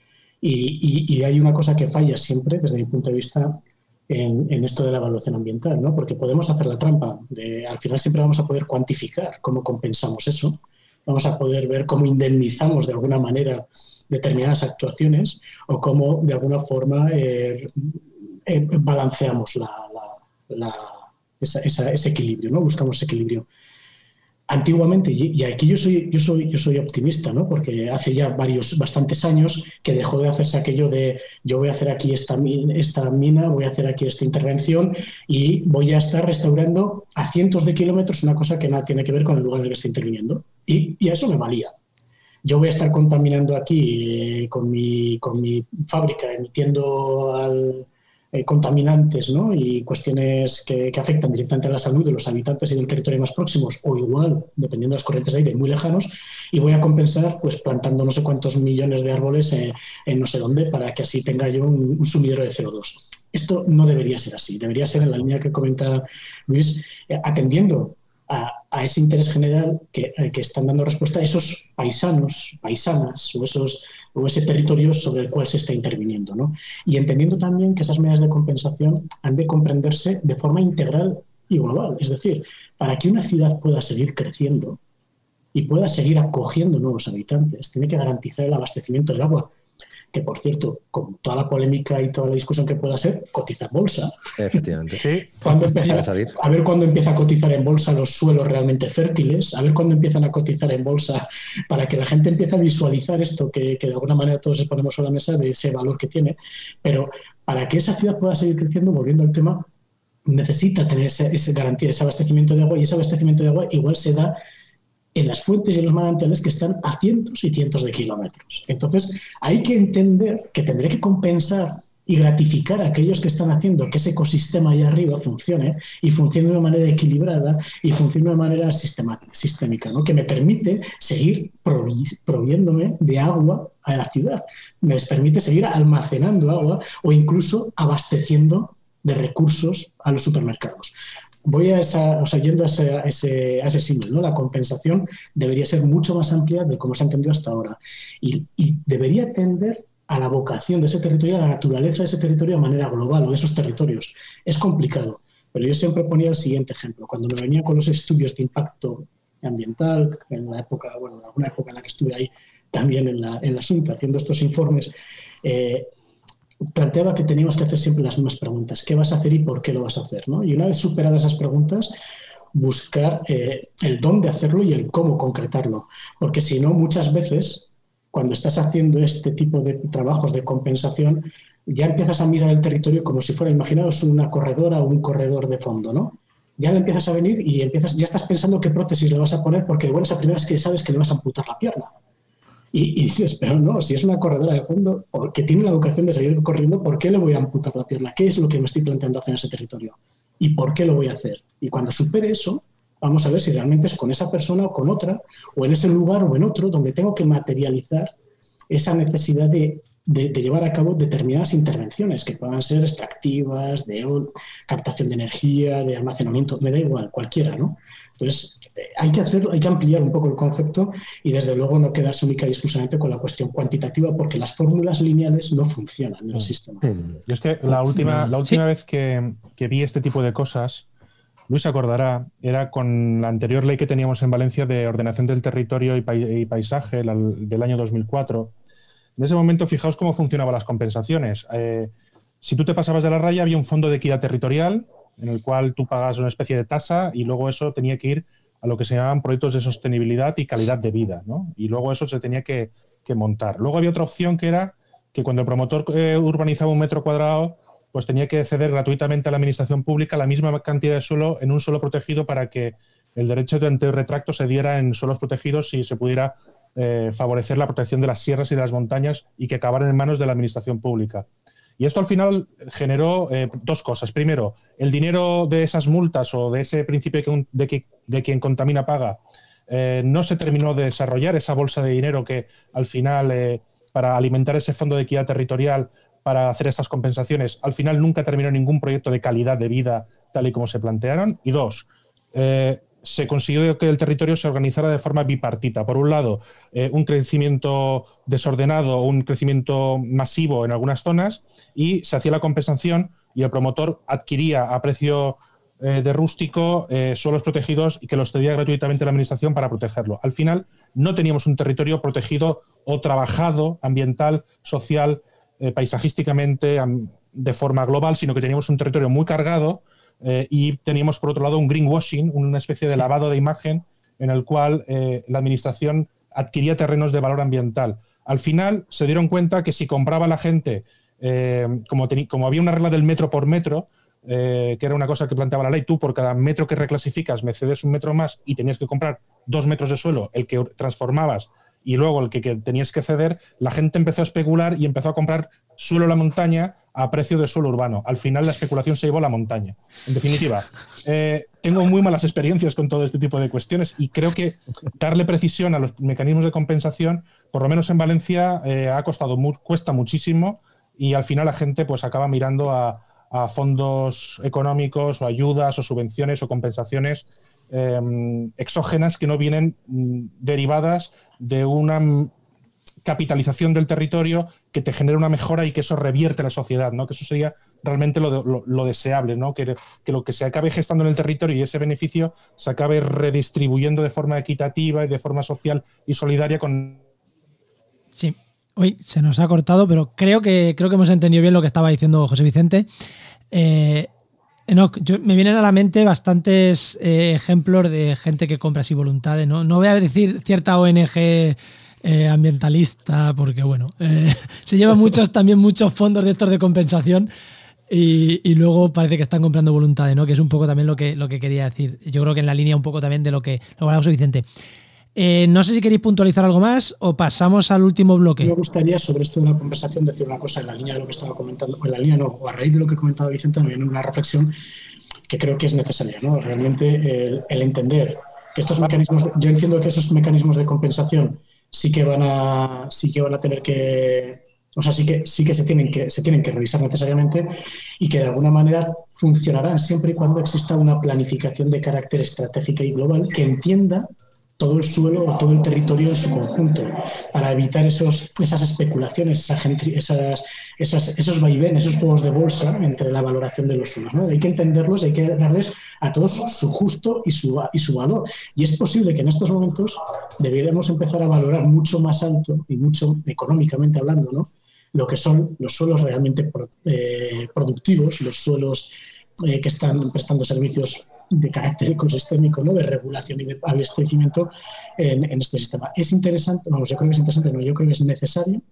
[SPEAKER 6] Y, y, y hay una cosa que falla siempre, desde mi punto de vista, en, en esto de la evaluación ambiental, ¿no? Porque podemos hacer la trampa. De, al final siempre vamos a poder cuantificar cómo compensamos eso, vamos a poder ver cómo indemnizamos de alguna manera determinadas actuaciones o cómo de alguna forma eh, eh, balanceamos la, la, la, esa, esa, ese equilibrio, ¿no? Buscamos ese equilibrio. Antiguamente, y aquí yo soy, yo soy, yo soy optimista, ¿no? Porque hace ya varios, bastantes años que dejó de hacerse aquello de yo voy a hacer aquí esta, esta mina, voy a hacer aquí esta intervención y voy a estar restaurando a cientos de kilómetros una cosa que nada tiene que ver con el lugar en el que estoy interviniendo. Y, y a eso me valía. Yo voy a estar contaminando aquí eh, con, mi, con mi fábrica, emitiendo al, eh, contaminantes, ¿no? Y cuestiones que, que afectan directamente a la salud de los habitantes y del territorio más próximos, o igual, dependiendo de las corrientes de aire, muy lejanos, y voy a compensar pues plantando no sé cuántos millones de árboles eh, en no sé dónde para que así tenga yo un, un sumidero de C O dos. Esto no debería ser así, debería ser en la línea que comenta Luis, eh, atendiendo A, a ese interés general que, que están dando respuesta a esos paisanos, paisanas o, esos, o ese territorio sobre el cual se está interviniendo, ¿no? Y entendiendo también que esas medidas de compensación han de comprenderse de forma integral y global. Es decir, para que una ciudad pueda seguir creciendo y pueda seguir acogiendo nuevos habitantes, tiene que garantizar el abastecimiento del agua, que por cierto, con toda la polémica y toda la discusión que pueda ser, cotiza en bolsa.
[SPEAKER 5] Efectivamente.
[SPEAKER 6] Sí. ¿Cuándo empieza, a ver cuándo empieza a cotizar en bolsa los suelos realmente fértiles, a ver cuándo empiezan a cotizar en bolsa para que la gente empiece a visualizar esto, que, que de alguna manera todos ponemos sobre la mesa de ese valor que tiene. Pero para que esa ciudad pueda seguir creciendo, volviendo al tema, necesita tener esa, esa garantía, ese abastecimiento de agua, y ese abastecimiento de agua igual se da en las fuentes y en los manantiales que están a cientos y cientos de kilómetros. Entonces, hay que entender que tendré que compensar y gratificar a aquellos que están haciendo que ese ecosistema allá arriba funcione y funcione de una manera equilibrada y funcione de una manera sistémica, ¿no? Que me permite seguir provi- proviéndome de agua a la ciudad, me permite seguir almacenando agua o incluso abasteciendo de recursos a los supermercados. Voy a esa, o sea, yendo a ese, a ese, a ese símbolo, ¿no? La compensación debería ser mucho más amplia de cómo se ha entendido hasta ahora y, y debería atender a la vocación de ese territorio, a la naturaleza de ese territorio de manera global o de esos territorios. Es complicado, pero yo siempre ponía el siguiente ejemplo. Cuando me venía con los estudios de impacto ambiental, en la época, bueno, en alguna época en la que estuve ahí también en la, en la Asunta, haciendo estos informes, eh, planteaba que teníamos que hacer siempre las mismas preguntas. ¿Qué vas a hacer y por qué lo vas a hacer, ¿no? Y una vez superadas esas preguntas, buscar eh, el dónde hacerlo y el cómo concretarlo. Porque si no, muchas veces, cuando estás haciendo este tipo de trabajos de compensación, ya empiezas a mirar el territorio como si fuera, imaginaos, una corredora o un corredor de fondo, ¿no? Ya le empiezas a venir y empiezas, ya estás pensando qué prótesis le vas a poner, porque de buenas a primeras que sabes que le vas a amputar la pierna. Y, y dices, pero no, si es una corredora de fondo o que tiene la educación de seguir corriendo, ¿por qué le voy a amputar la pierna? ¿Qué es lo que me estoy planteando hacer en ese territorio? ¿Y por qué lo voy a hacer? Y cuando supere eso, vamos a ver si realmente es con esa persona o con otra, o en ese lugar o en otro, donde tengo que materializar esa necesidad de, de, de llevar a cabo determinadas intervenciones que puedan ser extractivas, de captación de energía, de almacenamiento, me da igual, cualquiera, ¿no? Entonces, hay que hacer, hay que ampliar un poco el concepto y desde luego no quedarse única y exclusivamente con la cuestión cuantitativa, porque las fórmulas lineales no funcionan en el sistema.
[SPEAKER 4] Yo es que la última, la última ¿Sí? vez que, que vi este tipo de cosas, Luis se acordará, era con la anterior ley que teníamos en Valencia de ordenación del territorio y, pa y paisaje, la, del año dos mil cuatro. En ese momento, fijaos cómo funcionaban las compensaciones. Eh, si tú te pasabas de la raya, había un fondo de equidad territorial en el cual tú pagas una especie de tasa y luego eso tenía que ir a lo que se llamaban proyectos de sostenibilidad y calidad de vida, ¿no? Y luego eso se tenía que, que montar. Luego había otra opción que era que cuando el promotor eh, urbanizaba un metro cuadrado, pues tenía que ceder gratuitamente a la administración pública la misma cantidad de suelo en un suelo protegido para que el derecho de antirretracto se diera en suelos protegidos y se pudiera eh, favorecer la protección de las sierras y de las montañas y que acabaran en manos de la administración pública. Y esto al final generó eh, dos cosas. Primero, el dinero de esas multas o de ese principio de, que, de, que, de quien contamina paga eh, no se terminó de desarrollar, esa bolsa de dinero que al final, eh, para alimentar ese fondo de equidad territorial, para hacer estas compensaciones, al final nunca terminó ningún proyecto de calidad de vida tal y como se plantearon. Y dos, eh, se consiguió que el territorio se organizara de forma bipartita. Por un lado, eh, un crecimiento desordenado, un crecimiento masivo en algunas zonas, y se hacía la compensación y el promotor adquiría a precio eh, de rústico eh, suelos protegidos y que los cedía gratuitamente a la administración para protegerlo. Al final no teníamos un territorio protegido o trabajado ambiental, social, eh, paisajísticamente, de forma global, sino que teníamos un territorio muy cargado. Eh, y teníamos, por otro lado, un greenwashing, una especie de lavado de imagen en el cual eh, la administración adquiría terrenos de valor ambiental. Al final se dieron cuenta que si compraba la gente, eh, como, como había una regla del metro por metro, eh, que era una cosa que planteaba la ley, tú por cada metro que reclasificas me cedes un metro más y tenías que comprar dos metros de suelo, el que transformabas y luego el que, que tenías que ceder, la gente empezó a especular y empezó a comprar suelo en la montaña a precio de suelo urbano. Al final la especulación se llevó a la montaña. En definitiva, eh, tengo muy malas experiencias con todo este tipo de cuestiones y creo que darle precisión a los mecanismos de compensación, por lo menos en Valencia, eh, ha costado mu cuesta muchísimo y al final la gente pues acaba mirando a, a fondos económicos o ayudas o subvenciones o compensaciones eh, exógenas que no vienen mm, derivadas de una capitalización del territorio que te genera una mejora y que eso revierte la sociedad, ¿no? Que eso sería realmente lo, de, lo, lo deseable, ¿no? Que, que lo que se acabe gestando en el territorio y ese beneficio se acabe redistribuyendo de forma equitativa y de forma social y solidaria con...
[SPEAKER 3] Sí, hoy se nos ha cortado, pero creo que, creo que hemos entendido bien lo que estaba diciendo José Vicente. Eh, no, yo, me vienen a la mente bastantes eh, ejemplos de gente que compra sin voluntades, ¿no? No voy a decir cierta O N G Eh, ambientalista, porque bueno, eh, se llevan muchos también muchos fondos de estos de compensación y, y luego parece que están comprando voluntades, ¿no? Que es un poco también lo que, lo que quería decir. Yo creo que en la línea un poco también de lo que lo hablaba Vicente. Eh, no sé si queréis puntualizar algo más o pasamos al último bloque.
[SPEAKER 6] Me gustaría sobre esto de la compensación decir una cosa en la línea de lo que estaba comentando, o en la línea no, o a raíz de lo que comentaba Vicente, me viene una reflexión que creo que es necesaria, ¿no? Realmente el, el entender que estos mecanismos, yo entiendo que esos mecanismos de compensación sí que van a sí que van a tener que o sea sí que sí que se tienen que se tienen que revisar necesariamente y que de alguna manera funcionarán siempre y cuando exista una planificación de carácter estratégica y global que entienda todo el suelo o todo el territorio en su conjunto para evitar esos, esas especulaciones, esa gentri, esas, esas, esos vaivenes, esos juegos de bolsa entre la valoración de los suelos, ¿no? Hay que entenderlos, hay que darles a todos su justo y su, y su valor. Y es posible que en estos momentos debiéramos empezar a valorar mucho más alto y mucho económicamente hablando, ¿no? Lo que son los suelos realmente pro, eh, productivos, los suelos eh, que están prestando servicios de carácter ecosistémico, ¿no? De regulación y de abastecimiento en, en este sistema. Es interesante, vamos, yo creo que es interesante, no, yo creo que es necesario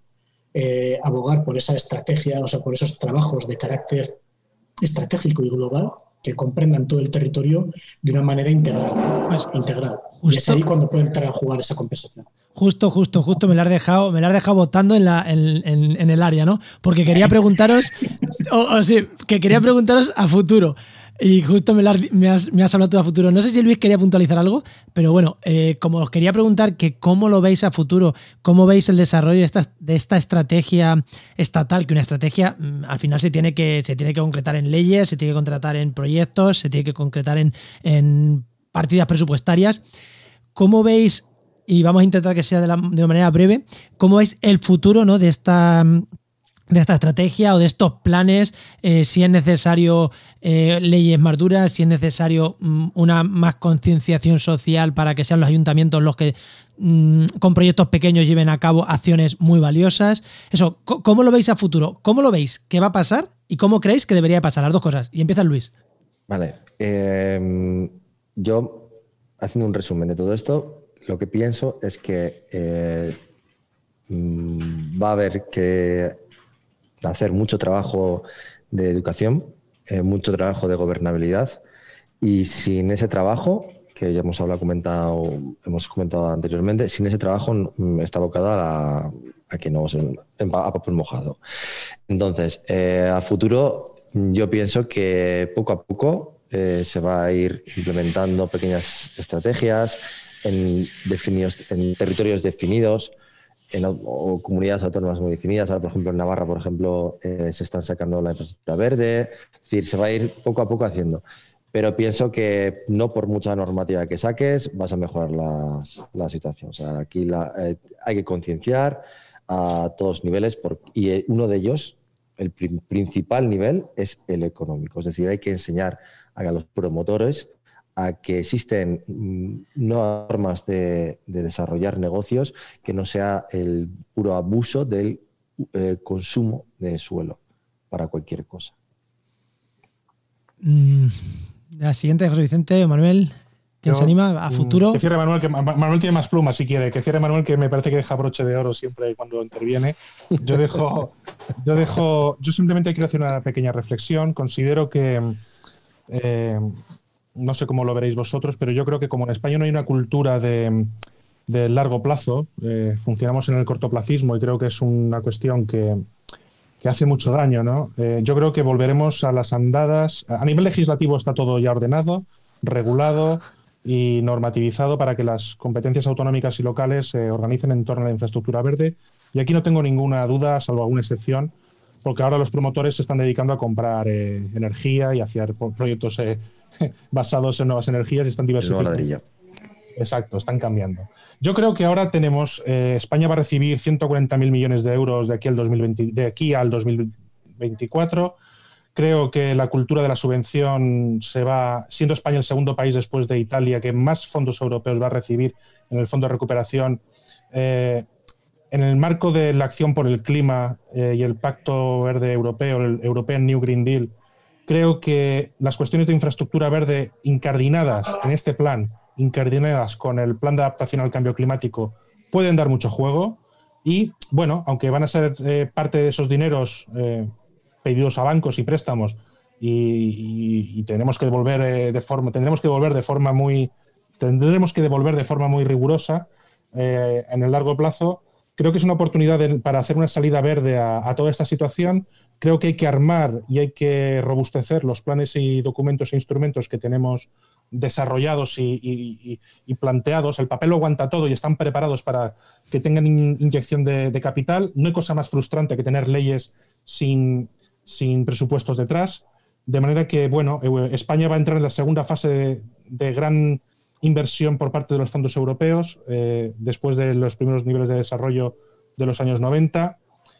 [SPEAKER 6] eh, abogar por esa estrategia, o sea, por esos trabajos de carácter estratégico y global que comprendan todo el territorio de una manera integral.
[SPEAKER 3] Pues,
[SPEAKER 6] integral.
[SPEAKER 3] justo,
[SPEAKER 6] y es ahí cuando puede entrar a jugar esa compensación.
[SPEAKER 3] Justo, justo, justo me la has dejado, me la has dejado votando en, la, en, en, en el área, ¿no? Porque quería preguntaros, o, o sí, que quería preguntaros a futuro. Y justo me, la, me, has, me has hablado tú a futuro. No sé si Luis quería puntualizar algo, pero bueno, eh, como os quería preguntar que cómo lo veis a futuro, cómo veis el desarrollo de esta, de esta estrategia estatal, que una estrategia mm, al final se tiene, que, se tiene que concretar en leyes, se tiene que concretar en proyectos, se tiene que concretar en, en partidas presupuestarias. ¿Cómo veis, y vamos a intentar que sea de, la, de una manera breve, cómo veis el futuro, ¿no?, de esta... de esta estrategia o de estos planes, eh, si es necesario eh, leyes más duras, si es necesario mm, una más concienciación social para que sean los ayuntamientos los que mm, con proyectos pequeños lleven a cabo acciones muy valiosas? Eso, ¿cómo lo veis a futuro? ¿Cómo lo veis? ¿Qué va a pasar? ¿Y cómo creéis que debería pasar? Las dos cosas. Y empieza Luis.
[SPEAKER 5] Vale. Eh, yo, haciendo un resumen de todo esto, lo que pienso es que eh, va a haber que hacer mucho trabajo de educación, eh, mucho trabajo de gobernabilidad, y sin ese trabajo, que ya hemos hablado, comentado, hemos comentado anteriormente, sin ese trabajo está abocada a, la, a que no se a papel mojado. Entonces, eh, a futuro, yo pienso que poco a poco eh, se va a ir implementando pequeñas estrategias en, definidos, en territorios definidos, En, o comunidades autónomas muy definidas. Ahora, por ejemplo, en Navarra, por ejemplo, eh, se están sacando la infraestructura verde. Es decir, se va a ir poco a poco haciendo. Pero pienso que no por mucha normativa que saques vas a mejorar las, la situación. O sea, aquí la, eh, hay que concienciar a todos niveles por, y uno de ellos, el prim, principal nivel, es el económico. Es decir, hay que enseñar a los promotores a que existen nuevas formas de, de desarrollar negocios que no sea el puro abuso del eh, consumo de suelo para cualquier cosa.
[SPEAKER 3] Mm, la siguiente, José Vicente o Manuel, ¿quién Yo, se anima a futuro?
[SPEAKER 4] Que cierre Manuel, que Manuel tiene más plumas si quiere. Que cierre Manuel, que me parece que deja broche de oro siempre cuando interviene. Yo dejo, yo dejo, yo simplemente quiero hacer una pequeña reflexión. Considero que eh, no sé cómo lo veréis vosotros, pero yo creo que como en España no hay una cultura de, de largo plazo, eh, funcionamos en el cortoplacismo y creo que es una cuestión que, que hace mucho daño, ¿no? Eh, yo creo que volveremos a las andadas. A nivel legislativo está todo ya ordenado, regulado y normativizado para que las competencias autonómicas y locales se organicen en torno a la infraestructura verde. Y aquí no tengo ninguna duda, salvo alguna excepción, porque ahora los promotores se están dedicando a comprar eh, energía y a hacer proyectos eh, basados en nuevas energías y están diversificando. Exacto, están cambiando. Yo creo que ahora tenemos, eh, España va a recibir ciento cuarenta mil millones de euros de aquí al dos mil veinte, de aquí al dos mil veinticuatro. Creo que la cultura de la subvención se va, siendo España el segundo país después de Italia que más fondos europeos va a recibir en el Fondo de Recuperación. Eh, en el marco de la acción por el clima eh, y el Pacto Verde Europeo, el European New Green Deal, creo que las cuestiones de infraestructura verde incardinadas en este plan, incardinadas con el plan de adaptación al cambio climático, pueden dar mucho juego y, bueno, aunque van a ser eh, parte de esos dineros eh, pedidos a bancos y préstamos y, y, y tenemos que devolver eh, de forma, tendremos que devolver de forma muy tendremos que devolver de forma muy rigurosa eh, en el largo plazo. Creo que es una oportunidad de, para hacer una salida verde a, a toda esta situación. Creo que hay que armar y hay que robustecer los planes y documentos e instrumentos que tenemos desarrollados y, y, y planteados. El papel lo aguanta todo y están preparados para que tengan in, inyección de, de capital. No hay cosa más frustrante que tener leyes sin, sin presupuestos detrás. De manera que, bueno, España va a entrar en la segunda fase de, de gran inversión por parte de los fondos europeos, eh, después de los primeros niveles de desarrollo de los años noventa.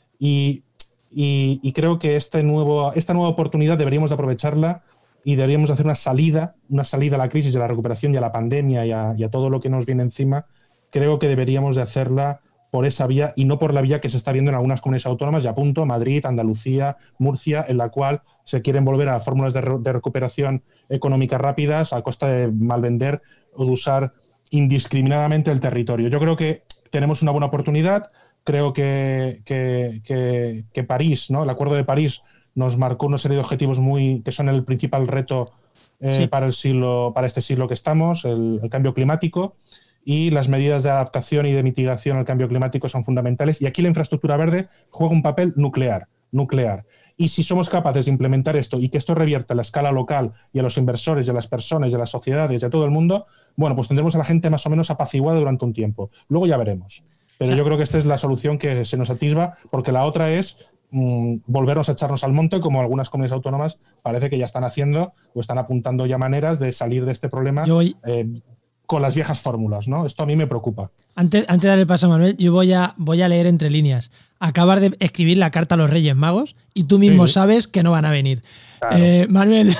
[SPEAKER 4] Y, y, y creo que este nuevo, esta nueva oportunidad deberíamos de aprovecharla y deberíamos hacer una salida, una salida a la crisis, a la recuperación y a la pandemia y a, y a todo lo que nos viene encima. Creo que deberíamos de hacerla por esa vía y no por la vía que se está viendo en algunas comunidades autónomas, y apunto Madrid, Andalucía, Murcia, en la cual se quieren volver a fórmulas de, re de recuperación económica rápidas a costa de malvender o de usar indiscriminadamente el territorio. Yo creo que tenemos una buena oportunidad. Creo que, que, que, que París, ¿no? El Acuerdo de París nos marcó una serie de objetivos muy que son el principal reto eh, sí. para el siglo, para este siglo que estamos, el, el cambio climático, y las medidas de adaptación y de mitigación al cambio climático son fundamentales. Y aquí la infraestructura verde juega un papel nuclear, nuclear. Y si somos capaces de implementar esto y que esto revierta a la escala local y a los inversores y a las personas y a las sociedades y a todo el mundo, bueno, pues tendremos a la gente más o menos apaciguada durante un tiempo. Luego ya veremos. Pero yo creo que esta es la solución que se nos atisba, porque la otra es mmm, volvernos a echarnos al monte, como algunas comunidades autónomas parece que ya están haciendo o están apuntando ya maneras de salir de este problema voy, eh, con las viejas fórmulas, ¿no? Esto a mí me preocupa.
[SPEAKER 3] Antes, antes de darle paso a Manuel, yo voy a, voy a leer entre líneas. Acabas de escribir la carta a los Reyes Magos y tú mismo sí. sabes que no van a venir. Claro. Eh, Manuel...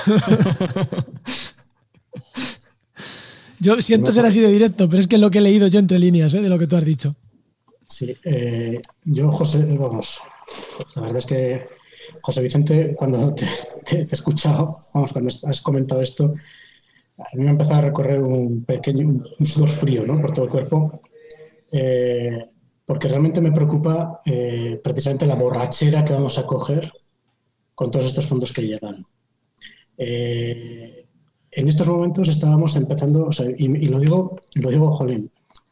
[SPEAKER 3] Yo siento ser así de directo, pero es que es lo que he leído yo entre líneas, ¿eh? De lo que tú has dicho.
[SPEAKER 6] Sí, eh, yo, José, vamos, la verdad es que, José Vicente, cuando te, te, te he escuchado, vamos, cuando has comentado esto, a mí me ha empezado a recorrer un pequeño, un, un sudor frío, ¿no? Por todo el cuerpo, eh, porque realmente me preocupa eh, precisamente la borrachera que vamos a coger con todos estos fondos que llegan. Eh, en estos momentos estábamos empezando, o sea, y, y lo digo, lo digo, jolín,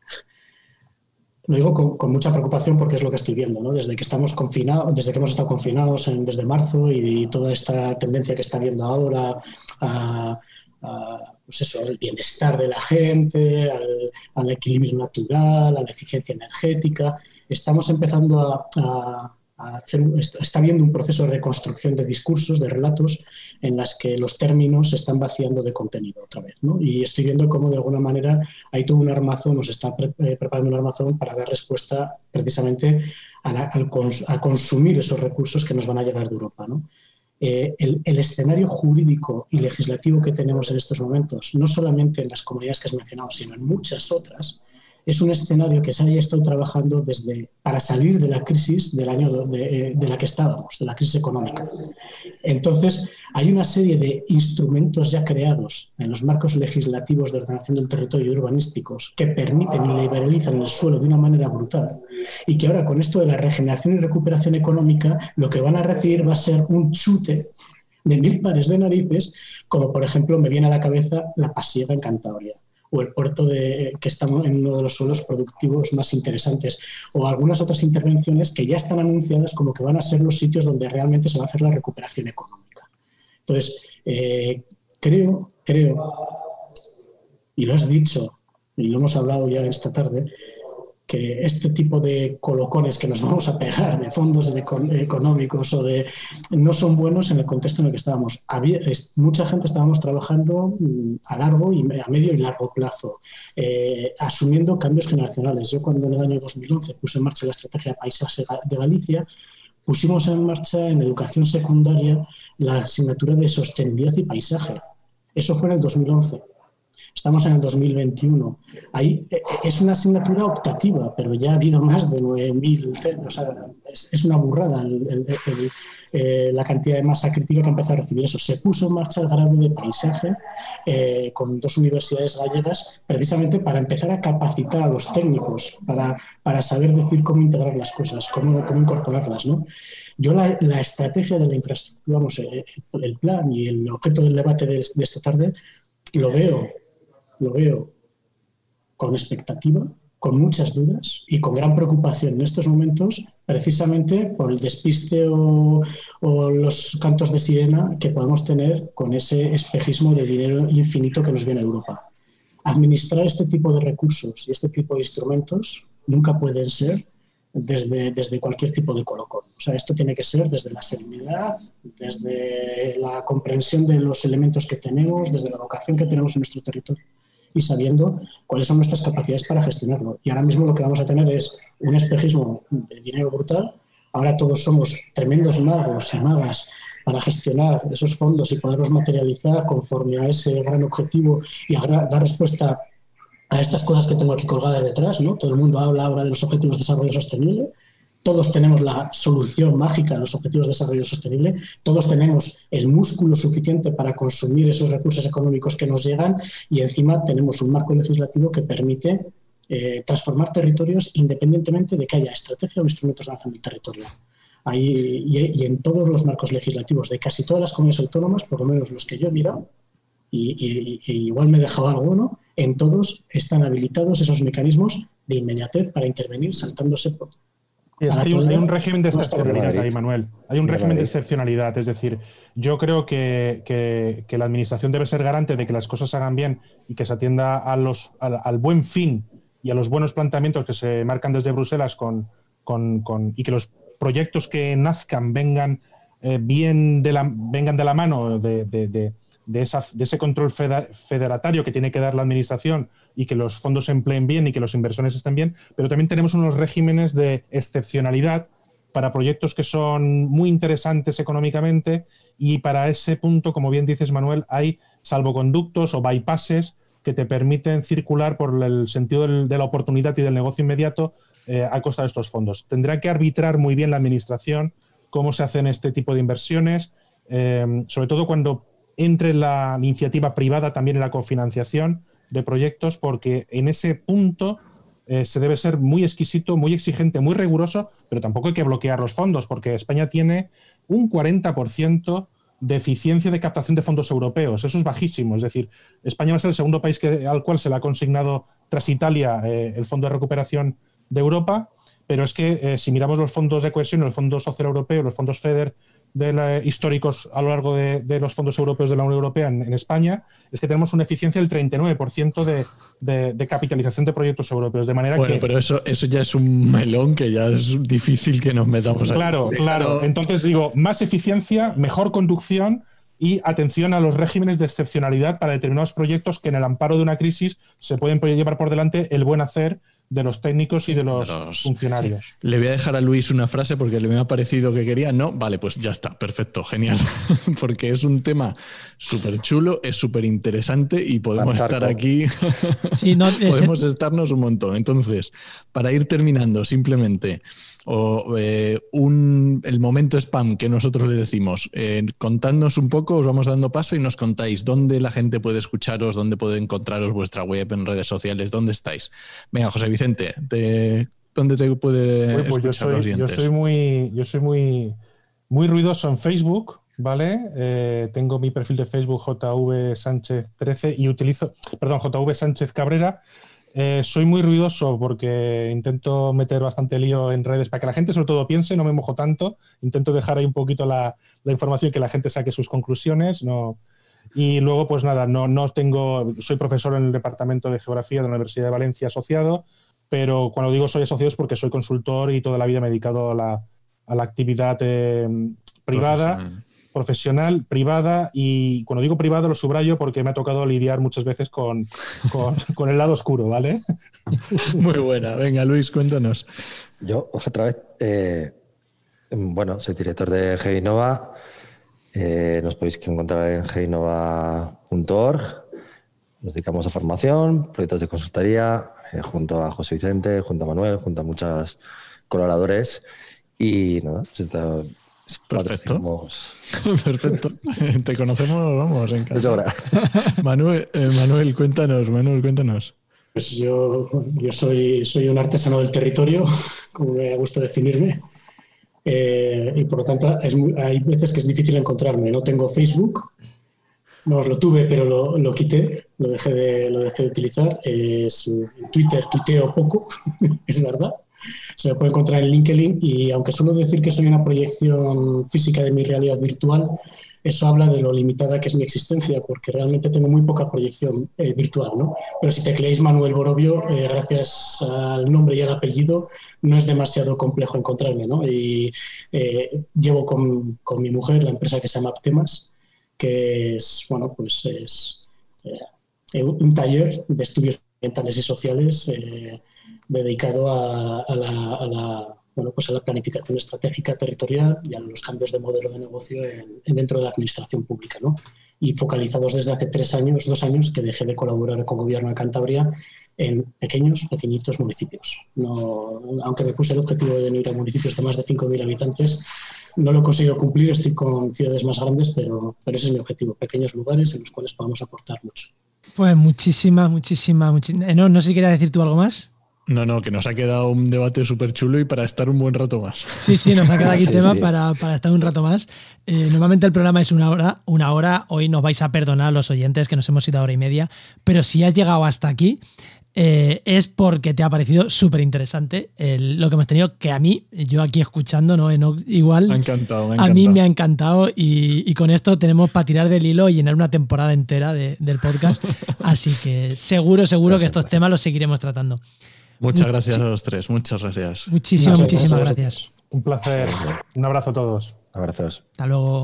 [SPEAKER 6] Lo digo con, con mucha preocupación porque es lo que estoy viendo, ¿no? Desde que estamos confinados, desde que hemos estado confinados en, desde marzo y, y toda esta tendencia que está viendo ahora a, a pues eso, al bienestar de la gente, al, al equilibrio natural, a la eficiencia energética, estamos empezando a, a, a hacer, está viendo un proceso de reconstrucción de discursos, de relatos, en las que los términos se están vaciando de contenido otra vez, ¿no? Y estoy viendo cómo de alguna manera hay todo un armazón, nos está pre eh, preparando un armazón para dar respuesta precisamente a, la, al cons a consumir esos recursos que nos van a llegar de Europa, ¿no? Eh, el, el escenario jurídico y legislativo que tenemos en estos momentos, no solamente en las comunidades que has mencionado, sino en muchas otras, es un escenario que se haya estado trabajando desde para salir de la crisis del año de, de la que estábamos, de la crisis económica. Entonces, hay una serie de instrumentos ya creados en los marcos legislativos de ordenación del territorio y urbanísticos que permiten y liberalizan el suelo de una manera brutal y que ahora con esto de la regeneración y recuperación económica lo que van a recibir va a ser un chute de mil pares de narices, como por ejemplo me viene a la cabeza la Pasiega en Cantabria, o el puerto de, que está en uno de los suelos productivos más interesantes, o algunas otras intervenciones que ya están anunciadas como que van a ser los sitios donde realmente se va a hacer la recuperación económica. Entonces, eh, creo, creo, y lo has dicho, y lo hemos hablado ya esta tarde, que este tipo de colocones que nos vamos a pegar de fondos de económicos o de no son buenos en el contexto en el que estábamos. Había, es, mucha gente estábamos trabajando a largo y a medio y largo plazo, eh, asumiendo cambios generacionales. Yo cuando en el año dos mil once puse en marcha la estrategia Paisaje de Galicia, pusimos en marcha en educación secundaria la asignatura de sostenibilidad y paisaje. Eso fue en el dos mil once. Estamos en el dos mil veintiuno. Ahí es una asignatura optativa, pero ya ha habido más de nueve mil. O sea, es, es una burrada el, el, el, eh, la cantidad de masa crítica que ha empezado a recibir eso. Se puso en marcha el grado de paisaje eh, con dos universidades gallegas precisamente para empezar a capacitar a los técnicos, para, para saber decir cómo integrar las cosas, cómo, cómo incorporarlas, ¿no? Yo la, la estrategia de la infraestructura, vamos, el, el plan y el objeto del debate de, de esta tarde, lo veo Lo veo con expectativa, con muchas dudas y con gran preocupación en estos momentos, precisamente por el despiste o, o los cantos de sirena que podemos tener con ese espejismo de dinero infinito que nos viene a Europa. Administrar este tipo de recursos y este tipo de instrumentos nunca pueden ser desde, desde cualquier tipo de colocón. O sea, esto tiene que ser desde la serenidad, desde la comprensión de los elementos que tenemos, desde la vocación que tenemos en nuestro territorio, y sabiendo cuáles son nuestras capacidades para gestionarlo. Y ahora mismo lo que vamos a tener es un espejismo de dinero brutal. Ahora todos somos tremendos magos y magas para gestionar esos fondos y poderlos materializar conforme a ese gran objetivo y a dar respuesta a estas cosas que tengo aquí colgadas detrás, ¿no? Todo el mundo habla ahora de los objetivos de desarrollo sostenible. Todos tenemos la solución mágica a los objetivos de desarrollo sostenible, todos tenemos el músculo suficiente para consumir esos recursos económicos que nos llegan y encima tenemos un marco legislativo que permite eh, transformar territorios independientemente de que haya estrategia o instrumentos de lanzamiento del territorio. Ahí, y, y en todos los marcos legislativos de casi todas las comunidades autónomas, por lo menos los que yo he mirado, y, y, y igual me he dejado alguno, en todos están habilitados esos mecanismos de inmediatez para intervenir saltándose por...
[SPEAKER 4] Es que hay un, hay un régimen de excepcionalidad ahí, Manuel. Hay un régimen de excepcionalidad. Es decir, yo creo que, que, que la administración debe ser garante de que las cosas se hagan bien y que se atienda a los, al, al buen fin y a los buenos planteamientos que se marcan desde Bruselas con, con, con, y que los proyectos que nazcan vengan, eh, bien de la, vengan de la mano de, de, de, de, esa, de ese control federatario que tiene que dar la administración y que los fondos se empleen bien y que los inversores estén bien, pero también tenemos unos regímenes de excepcionalidad para proyectos que son muy interesantes económicamente y para ese punto, como bien dices, Manuel, hay salvoconductos o bypasses que te permiten circular por el sentido del, de la oportunidad y del negocio inmediato eh, a costa de estos fondos. Tendrá que arbitrar muy bien la administración cómo se hacen este tipo de inversiones, eh, sobre todo cuando entre la iniciativa privada también en la cofinanciación de proyectos, porque en ese punto eh, se debe ser muy exquisito, muy exigente, muy riguroso, pero tampoco hay que bloquear los fondos, porque España tiene un cuarenta por ciento de eficiencia de captación de fondos europeos. Eso es bajísimo. Es decir, España va a ser el segundo país que, al cual se le ha consignado, tras Italia, eh, el Fondo de Recuperación de Europa, pero es que eh, si miramos los fondos de cohesión, el Fondo Social Europeo, los fondos FEDER de la, históricos a lo largo de, de los fondos europeos de la Unión Europea en, en España, es que tenemos una eficiencia del treinta y nueve por ciento de, de, de capitalización de proyectos europeos. De manera
[SPEAKER 1] bueno,
[SPEAKER 4] que,
[SPEAKER 1] pero eso, eso ya es un melón que ya es difícil que nos metamos ahí.
[SPEAKER 4] Claro, claro. Entonces digo, más eficiencia, mejor conducción y atención a los regímenes de excepcionalidad para determinados proyectos que en el amparo de una crisis se pueden llevar por delante el buen hacer de los técnicos y de los, de los funcionarios.
[SPEAKER 1] Sí. Le voy a dejar a Luis una frase porque le me ha parecido que quería. No, vale, pues ya está, perfecto, genial. Porque es un tema súper chulo, es súper interesante y podemos Fantarco. estar aquí, sí, no, podemos el... estarnos un montón. Entonces, para ir terminando, simplemente, o eh, un, el momento spam que nosotros le decimos, eh, contadnos un poco, os vamos dando paso y nos contáis dónde la gente puede escucharos, dónde puede encontraros vuestra web, en redes sociales, dónde estáis. Venga, José Vicente, te, ¿dónde te puede
[SPEAKER 4] bueno, pues
[SPEAKER 1] escuchar
[SPEAKER 4] yo soy,
[SPEAKER 1] los dientes?
[SPEAKER 4] Yo soy muy, yo soy muy, muy ruidoso en Facebook, ¿vale? Eh, tengo mi perfil de Facebook J V Sánchez trece y utilizo, perdón, J V Sánchez Cabrera. Eh, soy muy ruidoso porque intento meter bastante lío en redes para que la gente sobre todo piense, no me mojo tanto, intento dejar ahí un poquito la, la información y que la gente saque sus conclusiones, no. Y luego pues nada, no, no tengo, soy profesor en el Departamento de Geografía de la Universidad de Valencia asociado, pero cuando digo soy asociado es porque soy consultor y toda la vida me he dedicado a la, a la actividad eh, privada, profesional. profesional, privada, y cuando digo privada lo subrayo porque me ha tocado lidiar muchas veces con, con, con el lado oscuro, ¿vale?
[SPEAKER 1] Muy buena. Venga, Luis, cuéntanos.
[SPEAKER 5] Yo, otra vez, eh, bueno, soy director de Gevinova. Eh, nos podéis encontrar en gevinova punto org. Nos dedicamos a formación, proyectos de consultoría, eh, junto a José Vicente, junto a Manuel, junto a muchos colaboradores. Y nada,
[SPEAKER 1] perfecto. Perfecto. Te conocemos, vamos, en casa. Manuel, eh, Manuel, cuéntanos, Manuel, cuéntanos.
[SPEAKER 6] Pues yo, yo soy, soy un artesano del territorio, como me gusta definirme. Eh, y por lo tanto es muy, hay veces que es difícil encontrarme. No tengo Facebook, no, lo tuve pero lo, lo quité, lo dejé de, lo dejé de utilizar. Es, en Twitter tuiteo poco, es verdad. Se me puede encontrar en LinkedIn y aunque suelo decir que soy una proyección física de mi realidad virtual, eso habla de lo limitada que es mi existencia, porque realmente tengo muy poca proyección eh, virtual, ¿no? Pero si tecleáis Manuel Borovio, eh, gracias al nombre y al apellido, no es demasiado complejo encontrarme, ¿no? Y eh, llevo con, con mi mujer la empresa que se llama Aptemas, que es, bueno, pues es eh, un taller de estudios ambientales y sociales eh, dedicado a, a, la, a, la, bueno, pues a la planificación estratégica territorial y a los cambios de modelo de negocio en, en dentro de la administración pública, ¿no? Y focalizados desde hace tres años, dos años, que dejé de colaborar con Gobierno de Cantabria en pequeños, pequeñitos municipios. No, aunque me puse el objetivo de no ir a municipios de más de cinco mil habitantes, no lo he conseguido cumplir, estoy con ciudades más grandes, pero, pero ese es mi objetivo, pequeños lugares en los cuales podamos aportar mucho.
[SPEAKER 3] Pues muchísimas, muchísimas, muchísimas. No, no sé si quieres decir tú algo más.
[SPEAKER 1] No, no, que nos ha quedado un debate súper chulo y para estar un buen rato más.
[SPEAKER 3] Sí, sí, nos ha quedado aquí
[SPEAKER 5] Sí,
[SPEAKER 3] tema
[SPEAKER 5] sí.
[SPEAKER 3] Para, para estar un rato más. Eh, normalmente el programa es una hora, una hora. Hoy nos vais a perdonar los oyentes que nos hemos ido a hora y media. Pero si has llegado hasta aquí, eh, es porque te ha parecido súper interesante lo que hemos tenido, que a mí, yo aquí escuchando, ¿no? En, igual,
[SPEAKER 1] Me ha encantado, me ha
[SPEAKER 3] a
[SPEAKER 1] encantado.
[SPEAKER 3] mí me ha encantado y, y con esto tenemos para tirar del hilo y llenar una temporada entera de, del podcast. Así que seguro, seguro que estos temas los seguiremos tratando.
[SPEAKER 1] Muchas
[SPEAKER 3] Muchi-
[SPEAKER 1] gracias a los tres, muchas gracias.
[SPEAKER 3] Muchísimas,
[SPEAKER 4] Muchas
[SPEAKER 3] muchísimas
[SPEAKER 4] gracias.
[SPEAKER 3] gracias.
[SPEAKER 4] Un placer. Un abrazo a todos.
[SPEAKER 5] Abrazos.
[SPEAKER 3] Hasta luego.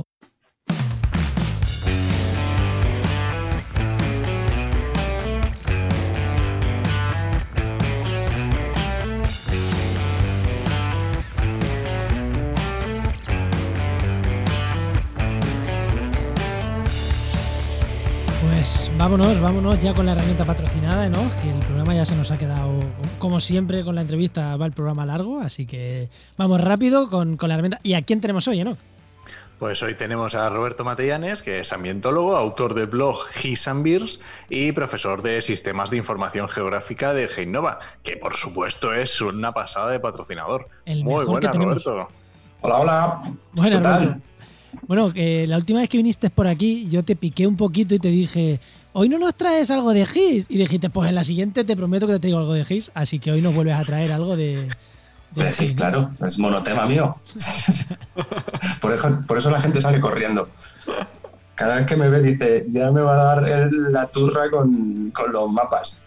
[SPEAKER 3] Pues vámonos, vámonos ya con la herramienta patrocinada, ¿no? Que el programa ya se nos ha quedado, como siempre, con la entrevista va el programa largo, así que vamos rápido con, con la herramienta. ¿Y a quién tenemos hoy, no?
[SPEAKER 1] Pues hoy tenemos a Roberto Matellanes, que es ambientólogo, autor del blog His and Beers y profesor de Sistemas de Información Geográfica de Geinova, que por supuesto es una pasada de patrocinador.
[SPEAKER 3] El
[SPEAKER 1] Muy
[SPEAKER 3] mejor que
[SPEAKER 1] buena,
[SPEAKER 3] tenemos.
[SPEAKER 1] Roberto.
[SPEAKER 7] Hola, hola.
[SPEAKER 3] Bueno,
[SPEAKER 7] ¿Qué tal?
[SPEAKER 3] Roberto. Bueno, que la última vez que viniste por aquí, yo te piqué un poquito y te dije, hoy no nos traes algo de His. Y dijiste, pues en la siguiente te prometo que te traigo algo de His, así que hoy nos vuelves a traer algo de, de
[SPEAKER 7] Pues sí,
[SPEAKER 3] His, ¿no?
[SPEAKER 7] claro, es monotema mío. por, eso, por eso la gente sale corriendo. Cada vez que me ve dice, ya me va a dar el- la turra con, con los mapas.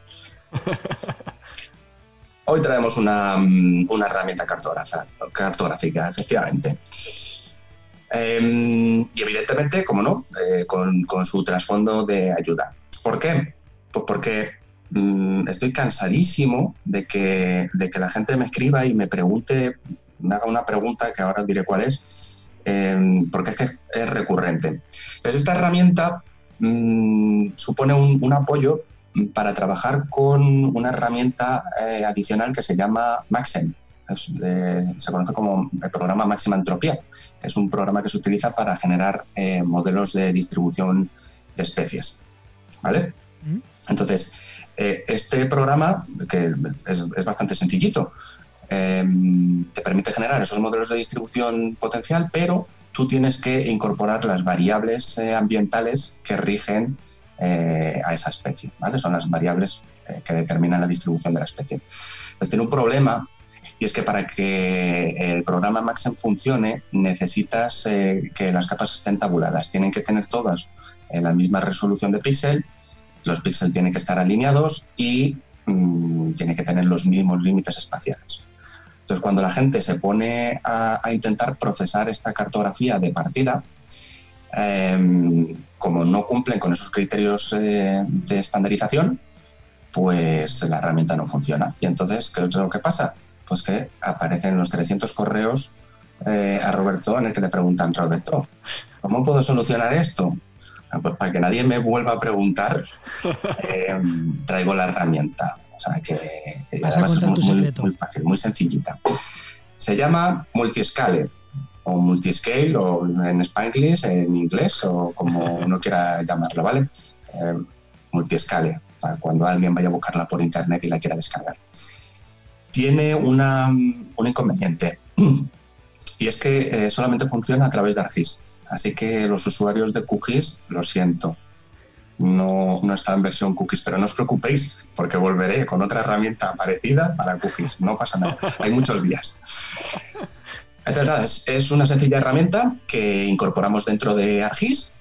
[SPEAKER 7] Hoy traemos una, mm, una herramienta cartógrafa, cartográfica, efectivamente. Eh, y evidentemente, como no, eh, con, con su trasfondo de ayuda. ¿Por qué? Pues porque mm, estoy cansadísimo de que, de que la gente me escriba y me pregunte, me haga una pregunta que ahora os diré cuál es, eh, porque es que es, es recurrente. Entonces, esta herramienta mm, supone un, un apoyo para trabajar con una herramienta eh, adicional que se llama Maxen. Es, eh, se conoce como el programa Máxima Entropía, que es un programa que se utiliza para generar eh, modelos de distribución de especies. ¿Vale?
[SPEAKER 3] ¿Mm?
[SPEAKER 7] Entonces, eh, este programa, que es, es bastante sencillito, eh, te permite generar esos modelos de distribución potencial, pero tú tienes que incorporar las variables eh, ambientales que rigen eh, a esa especie, ¿vale? Son las variables eh, que determinan la distribución de la especie. Entonces, tiene un problema, y es que para que el programa Maxen funcione necesitas eh, que las capas estén tabuladas. Tienen que tener todas eh, la misma resolución de píxel, los píxeles tienen que estar alineados y mmm, tienen que tener los mismos límites espaciales. Entonces, cuando la gente se pone a, a intentar procesar esta cartografía de partida, eh, como no cumplen con esos criterios eh, de estandarización, pues la herramienta no funciona. Y entonces, ¿qué es lo que pasa? Pues que aparecen los trescientos correos eh, a Roberto en el que le preguntan, Roberto, ¿cómo puedo solucionar esto? Ah, pues para que nadie me vuelva a preguntar, eh, traigo la herramienta. O sea que
[SPEAKER 3] Vas a
[SPEAKER 7] además es
[SPEAKER 3] contar tu
[SPEAKER 7] muy,
[SPEAKER 3] secreto.
[SPEAKER 7] muy fácil, muy sencillita. Se llama Multiscale o Multiscale o en Spanglish, en inglés o como uno quiera llamarlo, ¿vale? Eh, Multiscale, para cuando alguien vaya a buscarla por internet y la quiera descargar. Tiene una, un inconveniente y es que eh, solamente funciona a través de ArcGIS. Así que los usuarios de QGIS, lo siento, no, no está en versión QGIS, pero no os preocupéis porque volveré con otra herramienta parecida para QGIS, no pasa nada, hay muchos días. Entonces, nada, es, es una sencilla herramienta que incorporamos dentro de ArcGIS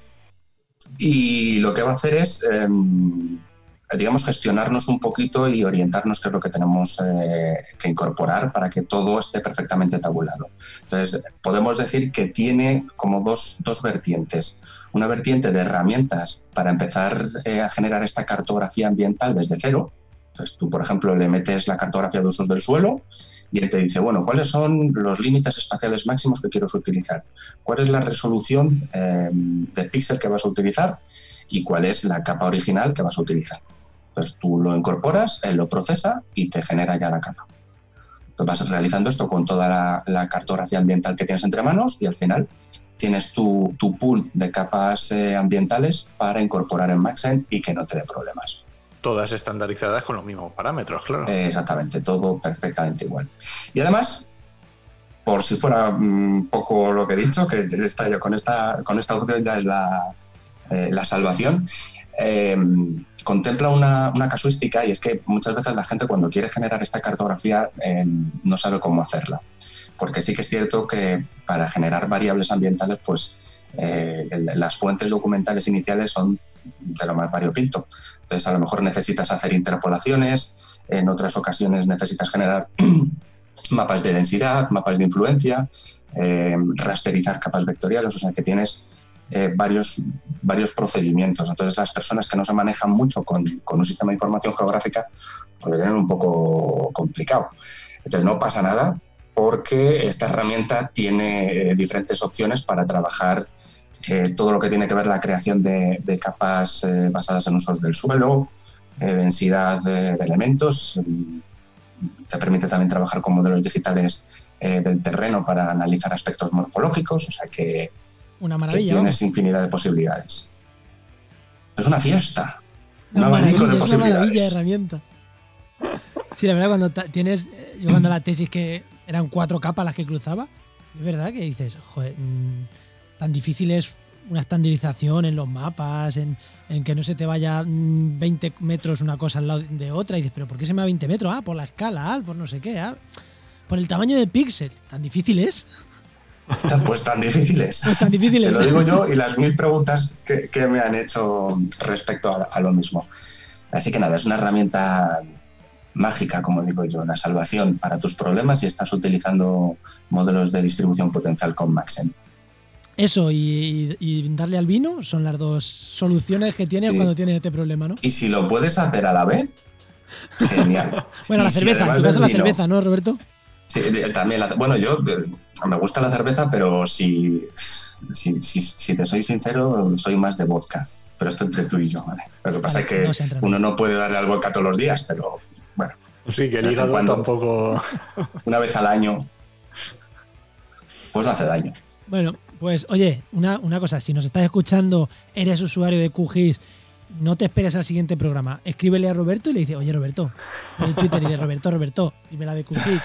[SPEAKER 7] y lo que va a hacer es, eh, digamos, gestionarnos un poquito y orientarnos qué es lo que tenemos eh, que incorporar para que todo esté perfectamente tabulado. Entonces, podemos decir que tiene como dos, dos vertientes. Una vertiente de herramientas para empezar eh, a generar esta cartografía ambiental desde cero. Entonces, tú, por ejemplo, le metes la cartografía de usos del suelo y él te dice, bueno, ¿cuáles son los límites espaciales máximos que quiero utilizar? ¿Cuál es la resolución eh, de píxel que vas a utilizar? ¿Y cuál es la capa original que vas a utilizar? Entonces tú lo incorporas, él lo procesa y te genera ya la capa. Entonces vas realizando esto con toda la, la cartografía ambiental que tienes entre manos y al final tienes tu, tu pool de capas eh, ambientales para incorporar en Maxen y que no te dé problemas.
[SPEAKER 1] Todas estandarizadas con los mismos parámetros, claro.
[SPEAKER 7] Eh, exactamente, todo perfectamente igual. Y además, por si fuera un poco lo que he dicho, que está ya con esta, con esta opción ya es la, eh, la salvación, eh, contempla una, una casuística, y es que muchas veces la gente cuando quiere generar esta cartografía eh, no sabe cómo hacerla. Porque sí que es cierto que para generar variables ambientales, pues eh, las fuentes documentales iniciales son de lo más variopinto. Entonces, a lo mejor necesitas hacer interpolaciones, en otras ocasiones necesitas generar mapas de densidad, mapas de influencia, eh, rasterizar capas vectoriales, o sea que tienes eh, varios, varios procedimientos. Entonces, las personas que no se manejan mucho con, con un sistema de información geográfica, pues lo tienen un poco complicado. Entonces, no pasa nada, porque esta herramienta tiene eh, diferentes opciones para trabajar eh, todo lo que tiene que ver la creación de, de capas eh, basadas en usos del suelo, eh, densidad de, de elementos. Te permite también trabajar con modelos digitales eh, del terreno para analizar aspectos morfológicos, o sea que,
[SPEAKER 3] una maravilla,
[SPEAKER 7] que tienes
[SPEAKER 3] vamos.
[SPEAKER 7] infinidad de posibilidades. Es una fiesta,
[SPEAKER 3] Una
[SPEAKER 7] un abanico de
[SPEAKER 3] maravilla, es una maravilla de
[SPEAKER 7] posibilidades.
[SPEAKER 3] herramienta. Sí, la verdad, cuando ta- tienes, eh, yo cuando la tesis que eran cuatro capas las que cruzaba, es verdad que dices, joder, mmm, tan difícil es una estandarización en los mapas, en, en que no se te vaya mmm, veinte metros una cosa al lado de otra, y dices, pero ¿por qué se me va veinte metros? Ah, por la escala, ah, por no sé qué, ah, por el tamaño del píxel. ¿Tan difícil es?
[SPEAKER 7] Pues tan difíciles.
[SPEAKER 3] Pues tan difícil
[SPEAKER 7] Te
[SPEAKER 3] es.
[SPEAKER 7] lo digo yo y las mil preguntas que, que me han hecho respecto a, a lo mismo. Así que nada, es una herramienta mágica, como digo yo, la salvación para tus problemas si estás utilizando modelos de distribución potencial con Maxent.
[SPEAKER 3] Eso y, y, y darle al vino son las dos soluciones que tienes
[SPEAKER 7] Sí.
[SPEAKER 3] cuando tienes este problema, ¿no?
[SPEAKER 7] Y si lo puedes hacer a la vez, genial.
[SPEAKER 3] Bueno,
[SPEAKER 7] Y
[SPEAKER 3] la
[SPEAKER 7] si
[SPEAKER 3] cerveza, en
[SPEAKER 7] además
[SPEAKER 3] tu caso
[SPEAKER 7] del
[SPEAKER 3] la
[SPEAKER 7] vino-
[SPEAKER 3] cerveza, ¿no, Roberto?
[SPEAKER 7] Sí, de- también la- bueno, yo eh, me gusta la cerveza, pero si, si, si, si te soy sincero, soy más de vodka. Pero esto entre tú y yo, ¿vale? Lo que pasa
[SPEAKER 3] Vale,
[SPEAKER 7] es que
[SPEAKER 3] no se entra.
[SPEAKER 7] uno no puede darle al vodka todos los días, pero bueno,
[SPEAKER 1] Sí, que el
[SPEAKER 7] de vez en
[SPEAKER 1] hígado
[SPEAKER 7] cuando.
[SPEAKER 1] tampoco...
[SPEAKER 7] una vez al año, pues no hace daño.
[SPEAKER 3] Bueno, pues oye, una, una cosa, si nos estás escuchando, eres usuario de Q G I S, no te esperes al siguiente programa. Escríbele a Roberto y le dice, oye Roberto, por el Twitter y de Roberto, Roberto, dime la de Q G I S.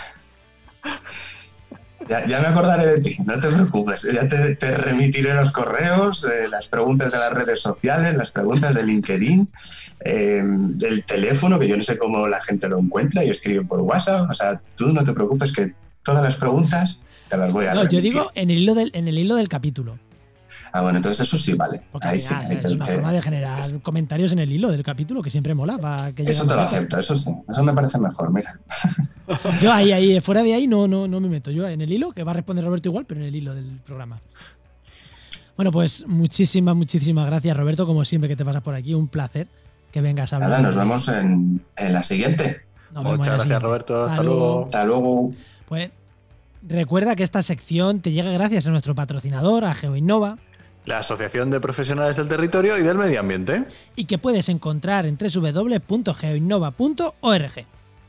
[SPEAKER 7] Ya, ya me acordaré de ti, no te preocupes. Ya te, te remitiré los correos, eh, las preguntas de las redes sociales, las preguntas de LinkedIn, eh, el teléfono, que yo no sé cómo la gente lo encuentra y escribe por WhatsApp. O sea, tú no te preocupes que todas las preguntas te las voy a
[SPEAKER 3] No, yo
[SPEAKER 7] remitir.
[SPEAKER 3] digo en el hilo del, en el hilo del capítulo.
[SPEAKER 7] Ah, bueno, entonces eso sí vale.
[SPEAKER 3] Porque
[SPEAKER 7] Ahí
[SPEAKER 3] al
[SPEAKER 7] sí,
[SPEAKER 3] final,
[SPEAKER 7] ahí
[SPEAKER 3] es
[SPEAKER 7] te-
[SPEAKER 3] una
[SPEAKER 7] te-
[SPEAKER 3] forma de generar comentarios en el hilo del capítulo que siempre mola. Para que llegue
[SPEAKER 7] Eso te lo
[SPEAKER 3] más lejos.
[SPEAKER 7] acepto, eso sí. Eso me parece mejor, mira.
[SPEAKER 3] Yo ahí, ahí, fuera de ahí no, no, no me meto. Yo en el hilo, que va a responder Roberto igual, pero en el hilo del programa. Bueno, pues muchísimas, muchísimas gracias, Roberto, como siempre que te pasas por aquí. Un placer que vengas a hablar.
[SPEAKER 7] Nada, nos vemos en, en la siguiente.
[SPEAKER 3] Nos vemos en
[SPEAKER 1] Muchas
[SPEAKER 3] la
[SPEAKER 1] gracias,
[SPEAKER 3] siguiente.
[SPEAKER 1] Roberto. Hasta luego.
[SPEAKER 7] Hasta luego.
[SPEAKER 3] Pues recuerda que esta sección te llega gracias a nuestro patrocinador, a GeoInnova,
[SPEAKER 1] La Asociación de Profesionales del Territorio y del Medio Ambiente.
[SPEAKER 3] y que puedes encontrar en doble u doble u doble u punto geoinnova punto org.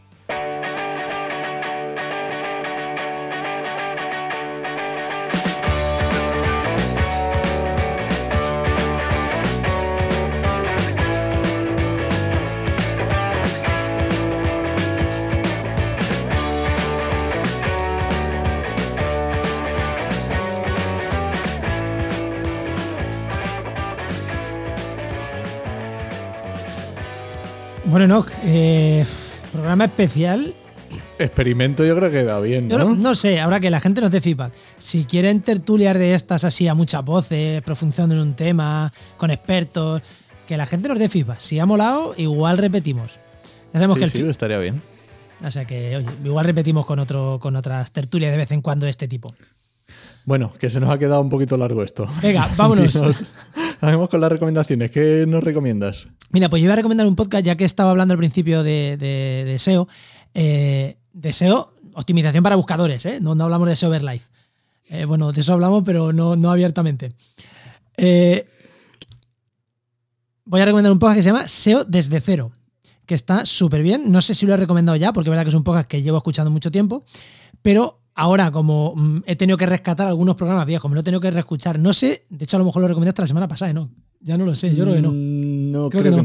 [SPEAKER 3] Bueno, Enoch, eh, programa especial.
[SPEAKER 1] Experimento yo creo que da bien,
[SPEAKER 3] Yo
[SPEAKER 1] ¿no?
[SPEAKER 3] no, no sé, ahora que la gente nos dé feedback. Si quieren tertuliar de estas así a muchas voces, profundizando en un tema, con expertos, que la gente nos dé feedback. Si ha molado, igual repetimos. Ya sabemos
[SPEAKER 1] Sí,
[SPEAKER 3] que el
[SPEAKER 1] sí,
[SPEAKER 3] fi-
[SPEAKER 1] estaría bien.
[SPEAKER 3] O sea que, oye, igual repetimos con otro, con otras tertulias de vez en cuando de este tipo.
[SPEAKER 1] Bueno, que se nos ha quedado un poquito largo esto.
[SPEAKER 3] Venga, vámonos.
[SPEAKER 1] Vamos con las recomendaciones. ¿Qué nos recomiendas?
[SPEAKER 3] Mira, pues yo iba a recomendar un podcast, ya que estaba hablando al principio de, de, de S E O. Eh, de S E O, optimización para buscadores, ¿eh? No, no hablamos de S E O Verlife. Eh, bueno, de eso hablamos, pero no, no abiertamente. Eh, voy a recomendar un podcast que se llama S E O desde cero, que está súper bien. No sé si lo he recomendado ya, porque es verdad que es un podcast que llevo escuchando mucho tiempo, pero ahora, como mm, he tenido que rescatar algunos programas viejos, me lo he tenido que reescuchar. No sé, de hecho, a lo mejor lo recomendé hasta la semana pasada, ¿no? Ya no lo sé, yo creo que no.
[SPEAKER 1] Mm, No,
[SPEAKER 3] Creo
[SPEAKER 1] creo,
[SPEAKER 3] que
[SPEAKER 1] que
[SPEAKER 3] no.
[SPEAKER 1] no.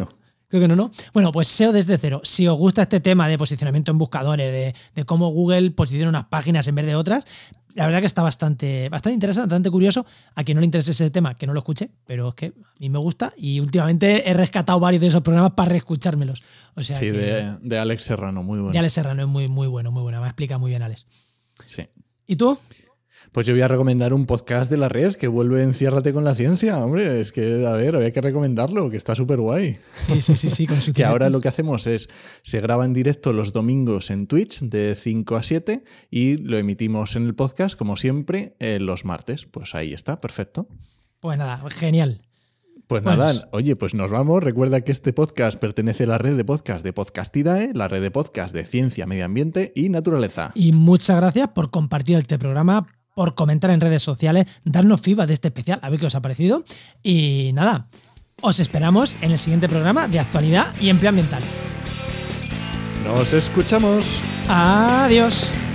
[SPEAKER 3] Creo que no, ¿no? Bueno, pues S E O desde cero. Si os gusta este tema de posicionamiento en buscadores, de, de cómo Google posiciona unas páginas en vez de otras, la verdad que está bastante, bastante interesante, bastante curioso. A quien no le interese ese tema, que no lo escuche, pero es que a mí me gusta y últimamente he rescatado varios de esos programas para reescuchármelos. O sea
[SPEAKER 1] sí,
[SPEAKER 3] que,
[SPEAKER 1] de, de Alex Serrano, muy bueno.
[SPEAKER 3] De Alex Serrano es muy, muy bueno, muy bueno. Me explica muy bien, Alex.
[SPEAKER 1] Sí.
[SPEAKER 3] ¿Y tú?
[SPEAKER 1] Pues yo voy a recomendar un podcast de la red que vuelve Enciérrate con la ciencia. Hombre, es que, a ver, había que recomendarlo, que está súper guay.
[SPEAKER 3] Sí, sí, sí, sí. Con su
[SPEAKER 1] que ahora lo que hacemos es, se graba en directo los domingos en Twitch de cinco a siete y lo emitimos en el podcast, como siempre, eh, los martes. Pues ahí está, perfecto.
[SPEAKER 3] Pues nada, genial.
[SPEAKER 1] Pues,
[SPEAKER 3] pues
[SPEAKER 1] nada, oye, pues nos vamos. Recuerda que este podcast pertenece a la red de podcast de Podcastidae, la red de podcast de ciencia, medio ambiente y naturaleza.
[SPEAKER 3] Y muchas gracias por compartir este programa, por comentar en redes sociales, darnos feedback de este especial, a ver qué os ha parecido. Y nada, os esperamos en el siguiente programa de actualidad y empleo ambiental.
[SPEAKER 1] ¡Nos escuchamos!
[SPEAKER 3] Adiós.